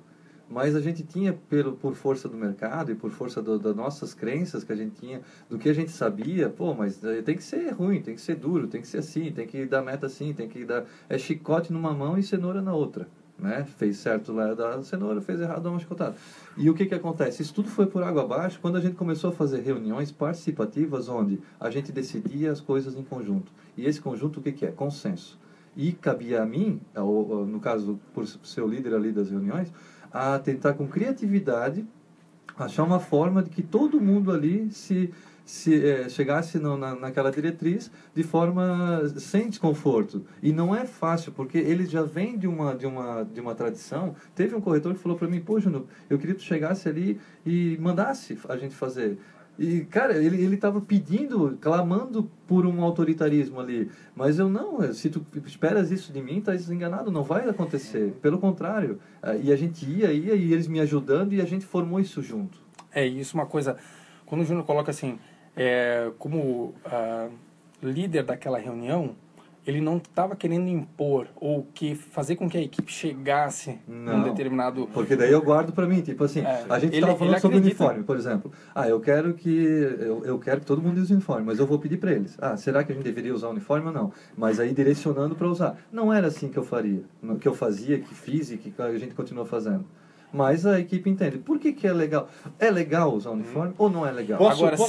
mas a gente tinha, por força do mercado e por força das nossas crenças que a gente tinha, do que a gente sabia, mas tem que ser ruim, tem que ser duro, tem que ser assim, tem que dar meta assim, tem que dar... É chicote numa mão e cenoura na outra. Né? Fez certo lá da cenoura, fez errado, dá uma chicotada. E o que acontece? Isso tudo foi por água abaixo quando a gente começou a fazer reuniões participativas onde a gente decidia as coisas em conjunto. E esse conjunto o que é? Consenso. E cabia a mim, no caso, por ser o líder ali das reuniões, a tentar com criatividade achar uma forma de que todo mundo ali chegasse naquela diretriz de forma sem desconforto. E não é fácil, porque ele já vem de uma tradição. Teve um corretor que falou para mim, pô, Júnior, eu queria que tu chegasse ali e mandasse a gente fazer. E, cara, ele estava pedindo, clamando por um autoritarismo ali. Mas eu não, se tu esperas isso de mim, estás enganado, não vai acontecer. Pelo contrário. E a gente ia, e eles me ajudando, e a gente formou isso junto. É isso, uma coisa... Quando o Júnior coloca assim, como líder daquela reunião, ele não estava querendo impor ou fazer com que a equipe chegasse num determinado... Porque daí eu guardo para mim, tipo assim, a gente estava falando sobre o uniforme, por exemplo. Eu quero que todo mundo use uniforme, mas eu vou pedir para eles. Será que a gente deveria usar uniforme ou não? Mas aí direcionando para usar. Não era assim que eu faria, que eu fazia, que fiz e que a gente continua fazendo. Mas a equipe entende. Por que é legal? É legal usar uniforme ou não é legal? Posso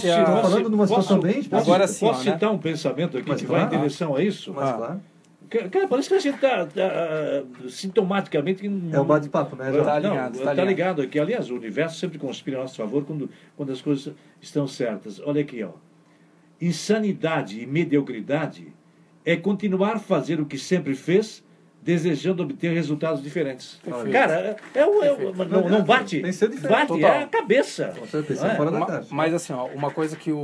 citar um pensamento aqui que vai em direção a isso? Mas claro. Cara, parece que a gente está sintomaticamente... É um bate-papo, né? Está ligado aqui. Aliás, o universo sempre conspira a nosso favor quando as coisas estão certas. Olha aqui, ó. Insanidade e mediocridade é continuar a fazer o que sempre fez, desejando obter resultados diferentes. Perfeito. Cara, não bate. Tem que ser diferente. Bate, é a cabeça. Fora da caixa. Mas assim, uma coisa que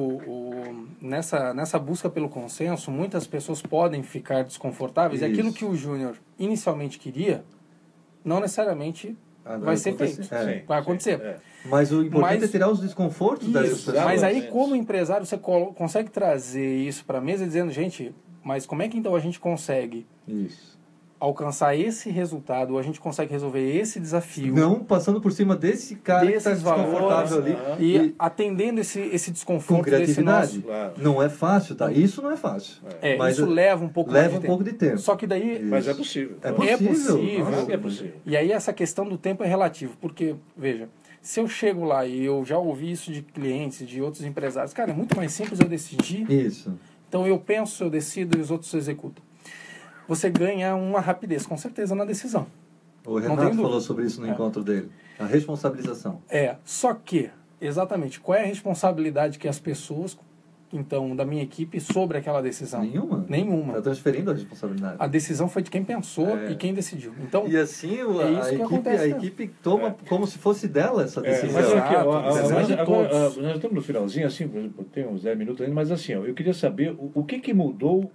nessa busca pelo consenso, muitas pessoas podem ficar desconfortáveis. E aquilo que o Júnior inicialmente queria, não necessariamente vai ser feito. Vai acontecer. Mas o importante é tirar os desconfortos dessas pessoas. Mas aí, como empresário, você consegue trazer isso para a mesa dizendo, gente, mas como é que então a gente consegue alcançar esse resultado, ou a gente consegue resolver esse desafio. Não passando por cima desse cara que está desconfortável ali. E atendendo esse desconforto. Com criatividade. Não é fácil, tá? Isso não é fácil. Mas isso leva um pouco de tempo. Só que daí... Mas é possível. É possível. É possível. E aí essa questão do tempo é relativo, porque, veja, se eu chego lá e eu já ouvi isso de clientes, de outros empresários, cara, é muito mais simples eu decidir. Isso. Então eu penso, eu decido e os outros executam. Você ganha uma rapidez, com certeza, na decisão. O Renato falou sobre isso no encontro dele. A responsabilização. Só que, exatamente, qual é a responsabilidade que as pessoas, então, da minha equipe, sobre aquela decisão? Nenhuma. Está transferindo a responsabilidade. A decisão foi de quem pensou e quem decidiu. Então, e assim, a equipe toma como se fosse dela essa decisão. Mas nós estamos no finalzinho, assim, tem uns 10 minutos ainda, mas assim, eu queria saber o que mudou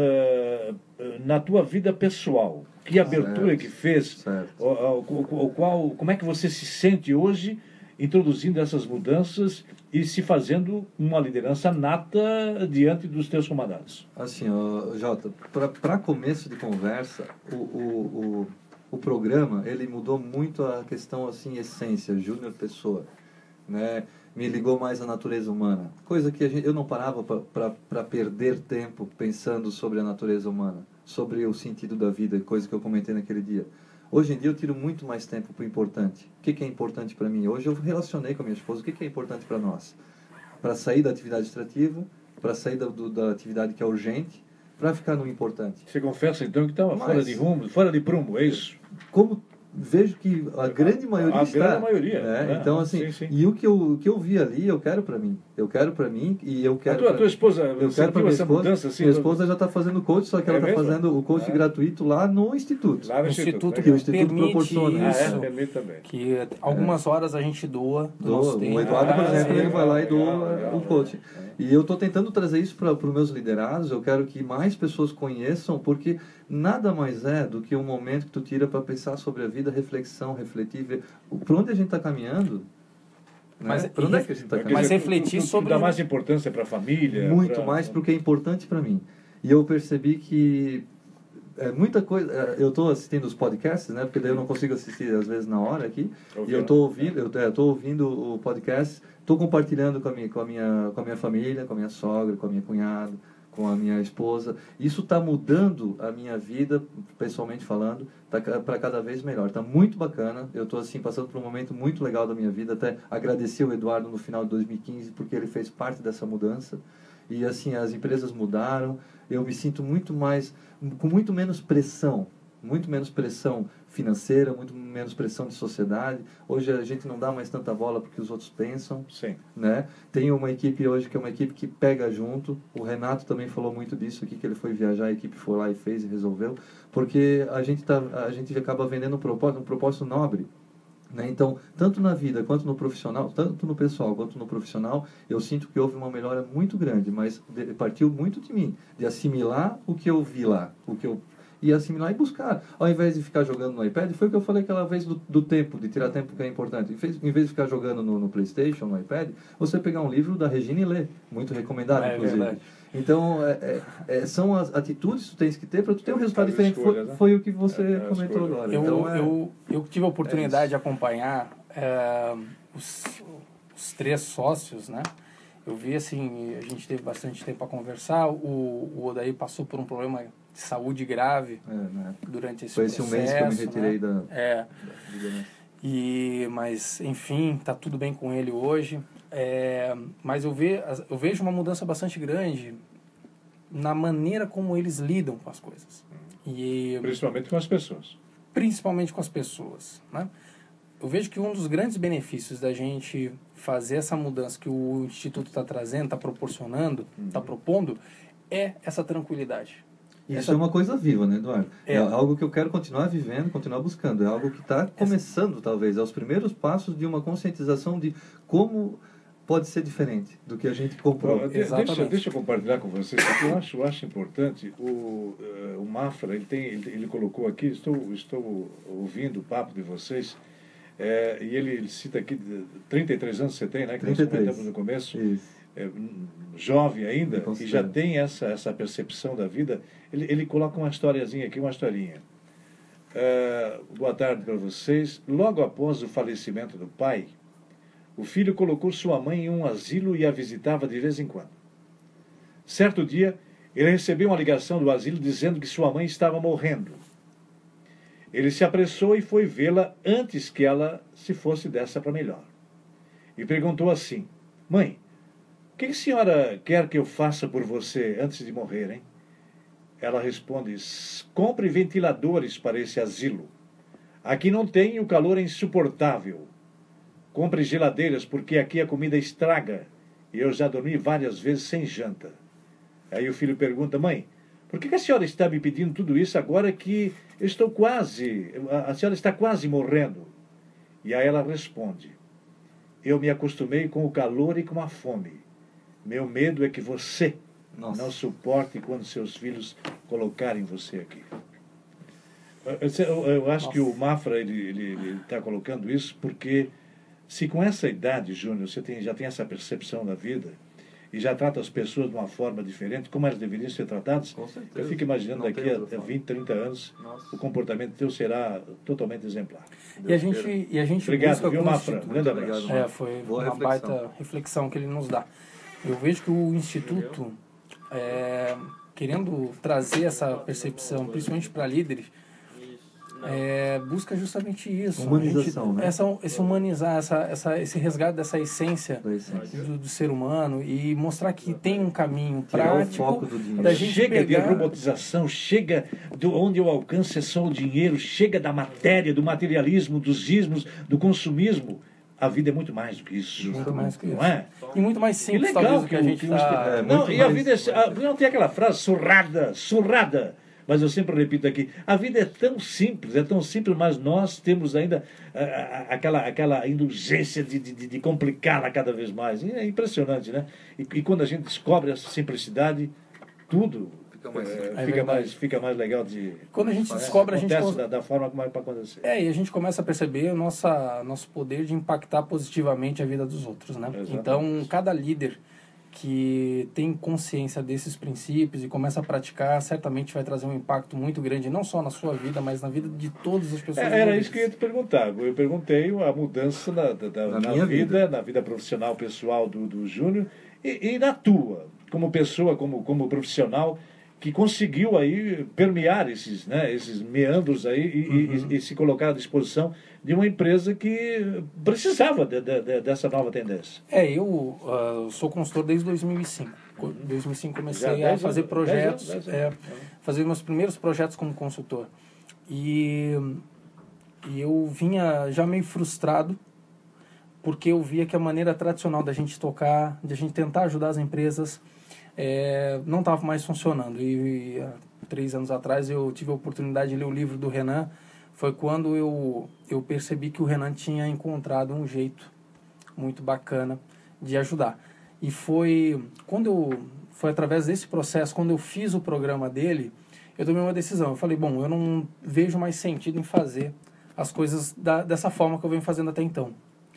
na tua vida pessoal. Que abertura que fez? Como é que você se sente hoje introduzindo essas mudanças e se fazendo uma liderança nata diante dos teus comandados? Assim, Jota, para começo de conversa, o programa, ele mudou muito a questão, assim, essência, Júnior Pessoa, né? Me ligou mais à natureza humana, coisa que eu não parava para perder tempo pensando sobre a natureza humana, sobre o sentido da vida, coisa que eu comentei naquele dia. Hoje em dia eu tiro muito mais tempo para o importante. O que é importante para mim? Hoje eu relacionei com a minha esposa, o que é importante para nós? Para sair da atividade extrativa, para sair da atividade que é urgente, para ficar no importante. Você confessa então que estava fora de rumo, fora de prumo, é isso? Como vejo que a grande maioria está. A grande maioria. Né? Então, assim, sim. E o que eu vi ali, eu quero para mim. Eu quero para mim e eu quero... A tua esposa, eu quero para minha esposa. Mudança, assim, minha esposa já está fazendo coach, só que ela está fazendo o coach gratuito lá no Instituto. Lá no Instituto que o Instituto proporciona. Permite também. Que algumas horas a gente doa. O Eduardo, por exemplo, ele vai lá e doa o coach. E eu estou tentando trazer isso para os meus liderados. Eu quero que mais pessoas conheçam, porque nada mais é do que um momento que tu tira para pensar sobre a vida, reflexão, refletir, ver por onde a gente está caminhando. Mas, né? Por onde é que a gente está caminhando? Mas refletir sobre... Dá mais importância para a família? Muito mais para o que é importante para mim. E eu percebi que muita coisa. Eu estou assistindo os podcasts, né? Porque daí eu não consigo assistir às vezes na hora aqui. E eu estou ouvindo o podcast, estou compartilhando com a minha família, com a minha sogra, com a minha cunhada, com a minha esposa. Isso está mudando a minha vida, pessoalmente falando, para cada vez melhor. Está muito bacana. Eu estou assim passando por um momento muito legal da minha vida. Até agradeci o Eduardo no final de 2015 porque ele fez parte dessa mudança. E assim, as empresas mudaram, eu me sinto com muito menos pressão financeira, muito menos pressão de sociedade. Hoje a gente não dá mais tanta bola porque os outros pensam. Sim. Né? Tem uma equipe hoje que é uma equipe que pega junto. O Renato também falou muito disso aqui, que ele foi viajar, a equipe foi lá e fez e resolveu. Porque a gente acaba vendendo um propósito nobre. Né? Então, tanto na vida quanto no profissional, tanto no pessoal quanto no profissional, eu sinto que houve uma melhora muito grande, mas partiu muito de mim, de assimilar o que eu vi lá, e assimilar e buscar, ao invés de ficar jogando no iPad. Foi o que eu falei aquela vez do tempo, de tirar tempo, que é importante. Em vez de ficar jogando no PlayStation, no iPad, você pegar um livro da Regina e ler, muito recomendado, inclusive. Verdade. Então, são as atitudes que tu tens que ter para tu ter um resultado diferente. Foi o que você comentou agora. Eu tive a oportunidade de acompanhar os 3 sócios, né? Eu vi, assim, a gente teve bastante tempo para conversar. O Odair passou por um problema de saúde grave né? Durante esse Foi processo. Foi esse um mês que eu me retirei, né? Mas, enfim, tá tudo bem com ele hoje. Mas eu vejo uma mudança bastante grande na maneira como eles lidam com as coisas. Principalmente com as pessoas. Principalmente com as pessoas, né? Eu vejo que um dos grandes benefícios da gente fazer essa mudança que o Instituto está trazendo, está proporcionando, está propondo, é essa tranquilidade. Isso é uma coisa viva, né, Eduardo? É algo que eu quero continuar vivendo, continuar buscando. É algo que está começando, talvez. É os primeiros passos de uma conscientização de como pode ser diferente do que a gente comprou. Deixa eu compartilhar com vocês, porque eu acho importante. O Mafra, ele colocou aqui, estou ouvindo o papo de vocês, e ele cita aqui 33 anos você tem, né? Que 33. nós comentamos no começo. Isso. Jovem ainda, e já tem essa percepção da vida. Ele coloca uma historiazinha aqui, uma historinha. Boa tarde para vocês. Logo após o falecimento do pai, o filho colocou sua mãe em um asilo e a visitava de vez em quando. Certo dia, ele recebeu uma ligação do asilo dizendo que sua mãe estava morrendo. Ele se apressou e foi vê-la antes que ela se fosse dessa para melhor. E perguntou assim: Mãe, o que a senhora quer que eu faça por você antes de morrer, hein? Ela responde: compre ventiladores para esse asilo. Aqui não tem e o calor é insuportável. Compre geladeiras, porque aqui a comida estraga. E eu já dormi várias vezes sem janta. Aí o filho pergunta: Mãe, por que a senhora está me pedindo tudo isso agora que a senhora está quase morrendo? E aí ela responde: eu me acostumei com o calor e com a fome. Meu medo é que você não suporte quando seus filhos colocarem você aqui. Eu acho que o Mafra ele está colocando isso porque, se com essa idade, Júnior, você já tem essa percepção da vida e já trata as pessoas de uma forma diferente, como elas deveriam ser tratadas, eu fico imaginando daqui a 20, 30 anos, o comportamento teu será totalmente exemplar. E a gente obrigado, viu, Mafra? Um grande abraço. Foi uma baita reflexão que ele nos dá. Eu vejo que o Instituto, querendo trazer essa percepção, principalmente para líderes, busca justamente isso. Humanização, né? Esse humanizar, esse resgate dessa essência do ser humano e mostrar que tem um caminho prático da gente chega de robotização, chega de onde o alcance é só o dinheiro, chega da matéria, do materialismo, dos ismos, do consumismo. A vida é muito mais do que isso. Muito mais do que isso. Não é? E muito mais simples, legal, talvez, do que a gente está... a vida não tem aquela frase surrada. Mas eu sempre repito aqui, a vida é tão simples, mas nós temos ainda aquela indulgência de complicá-la cada vez mais. E é impressionante, né? E quando a gente descobre essa simplicidade, tudo fica mais legal de... Quando a gente descobre, a gente... da forma como é para acontecer. E a gente começa a perceber o nosso poder de impactar positivamente a vida dos outros, né? Exatamente. Então, cada líder que tem consciência desses princípios e começa a praticar, certamente vai trazer um impacto muito grande, não só na sua vida, mas na vida de todas as pessoas. Era isso que eu ia te perguntar. Eu perguntei a mudança na vida profissional, pessoal do Júnior e na tua, como pessoa, como profissional, que conseguiu aí permear esses meandros aí e se colocar à disposição de uma empresa que precisava dessa nova tendência. Eu sou consultor desde 2005. Em 2005 comecei a fazer projetos, fazer meus primeiros projetos como consultor. E eu vinha já meio frustrado, porque eu via que a maneira tradicional da gente tocar, de a gente tentar ajudar as empresas, não estava mais funcionando. E há 3 anos atrás eu tive a oportunidade de ler o livro do Renan. Foi quando eu percebi que o Renan tinha encontrado um jeito muito bacana de ajudar. E foi através desse processo, quando eu fiz o programa dele, eu tomei uma decisão. Eu falei, bom, eu não vejo mais sentido em fazer as coisas dessa forma que eu venho fazendo até então.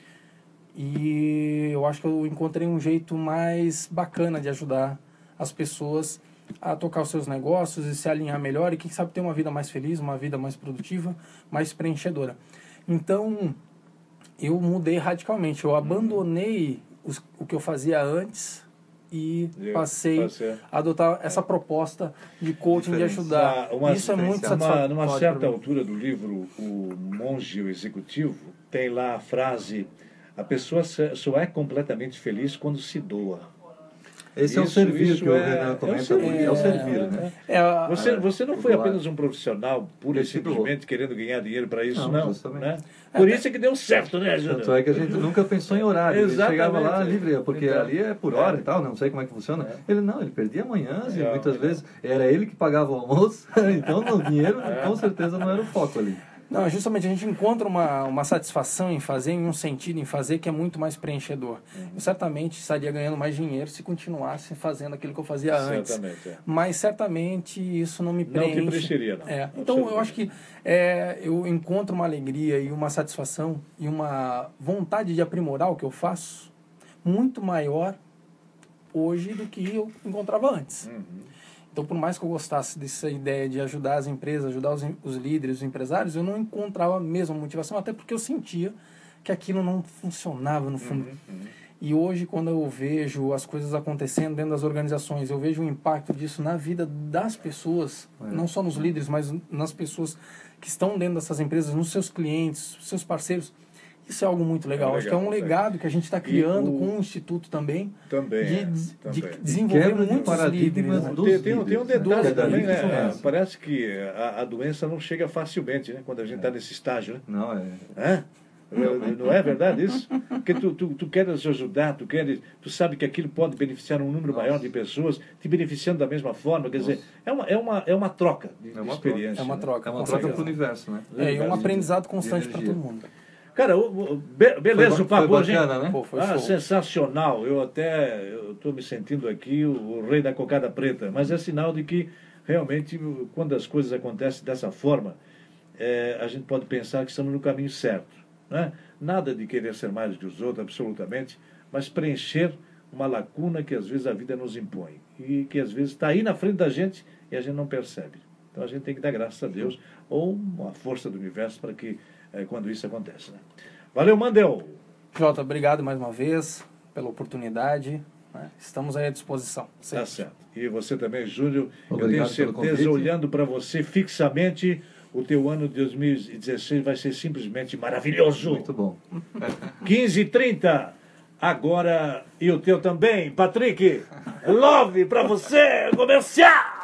E eu acho que eu encontrei um jeito mais bacana de ajudar as pessoas a tocar os seus negócios e se alinhar melhor e, quem sabe, ter uma vida mais feliz, uma vida mais produtiva, mais preenchedora. Então, eu mudei radicalmente. Eu abandonei o que eu fazia antes e passei a adotar essa proposta de coaching, de ajudar. Isso é muito satisfatório. Numa certa altura do livro, O Monge e o Executivo, tem lá a frase: a pessoa só é completamente feliz quando se doa. Esse é o servir que o Renan comenta muito. É o servir, né? Você não foi apenas um profissional pura e simplesmente querendo ganhar dinheiro para isso, não. Né? Por isso é que deu certo, né, Júnior? Tanto é que a gente nunca pensou em horário. Ele chegava lá livre, porque ali é por hora e tal, não sei como é que funciona. Ele perdia manhãs e muitas vezes era ele que pagava o almoço, então o dinheiro com certeza não era o foco ali. Não, justamente a gente encontra uma satisfação em fazer, em um sentido em fazer que é muito mais preenchedor. Eu certamente estaria ganhando mais dinheiro se continuasse fazendo aquilo que eu fazia antes. Mas certamente isso não me preenche. Não te preencheria, não. Então eu acho que eu encontro uma alegria e uma satisfação e uma vontade de aprimorar o que eu faço muito maior hoje do que eu encontrava antes. Então, por mais que eu gostasse dessa ideia de ajudar as empresas, ajudar os líderes, os empresários, eu não encontrava a mesma motivação, até porque eu sentia que aquilo não funcionava no fundo. E hoje, quando eu vejo as coisas acontecendo dentro das organizações, eu vejo o impacto disso na vida das pessoas, não só nos líderes, mas nas pessoas que estão dentro dessas empresas, nos seus clientes, seus parceiros. Isso é algo muito legal. Acho que é um legado que a gente está criando com o Instituto também. De desenvolver muitos líderes. Tem um detalhe também, né? Parece que a doença não chega facilmente, né? Quando a gente está nesse estágio, né? Não é verdade isso? Porque tu queres ajudar, tu sabe que aquilo pode beneficiar um número maior de pessoas, te beneficiando da mesma forma. Quer dizer, é uma troca de experiência. É uma troca para o universo, né? É um aprendizado constante para todo mundo. Cara, beleza, o papo hoje. Né? Sensacional. Eu estou me sentindo aqui o rei da cocada preta, mas é sinal de que realmente, quando as coisas acontecem dessa forma, a gente pode pensar que estamos no caminho certo. Né? Nada de querer ser mais do que os outros, absolutamente, mas preencher uma lacuna que às vezes a vida nos impõe e que às vezes está aí na frente da gente e a gente não percebe. Então a gente tem que dar graças a Deus ou a força do universo para que quando isso acontece. Né? Valeu, Mandel! Jota, obrigado mais uma vez pela oportunidade. Né? Estamos aí à disposição. Tá certo. E você também, Júnior, eu tenho certeza, olhando para você fixamente, o teu ano de 2016 vai ser simplesmente maravilhoso. Muito bom. 15h30. Agora, e o teu também, Patrick. Love para você, comercial!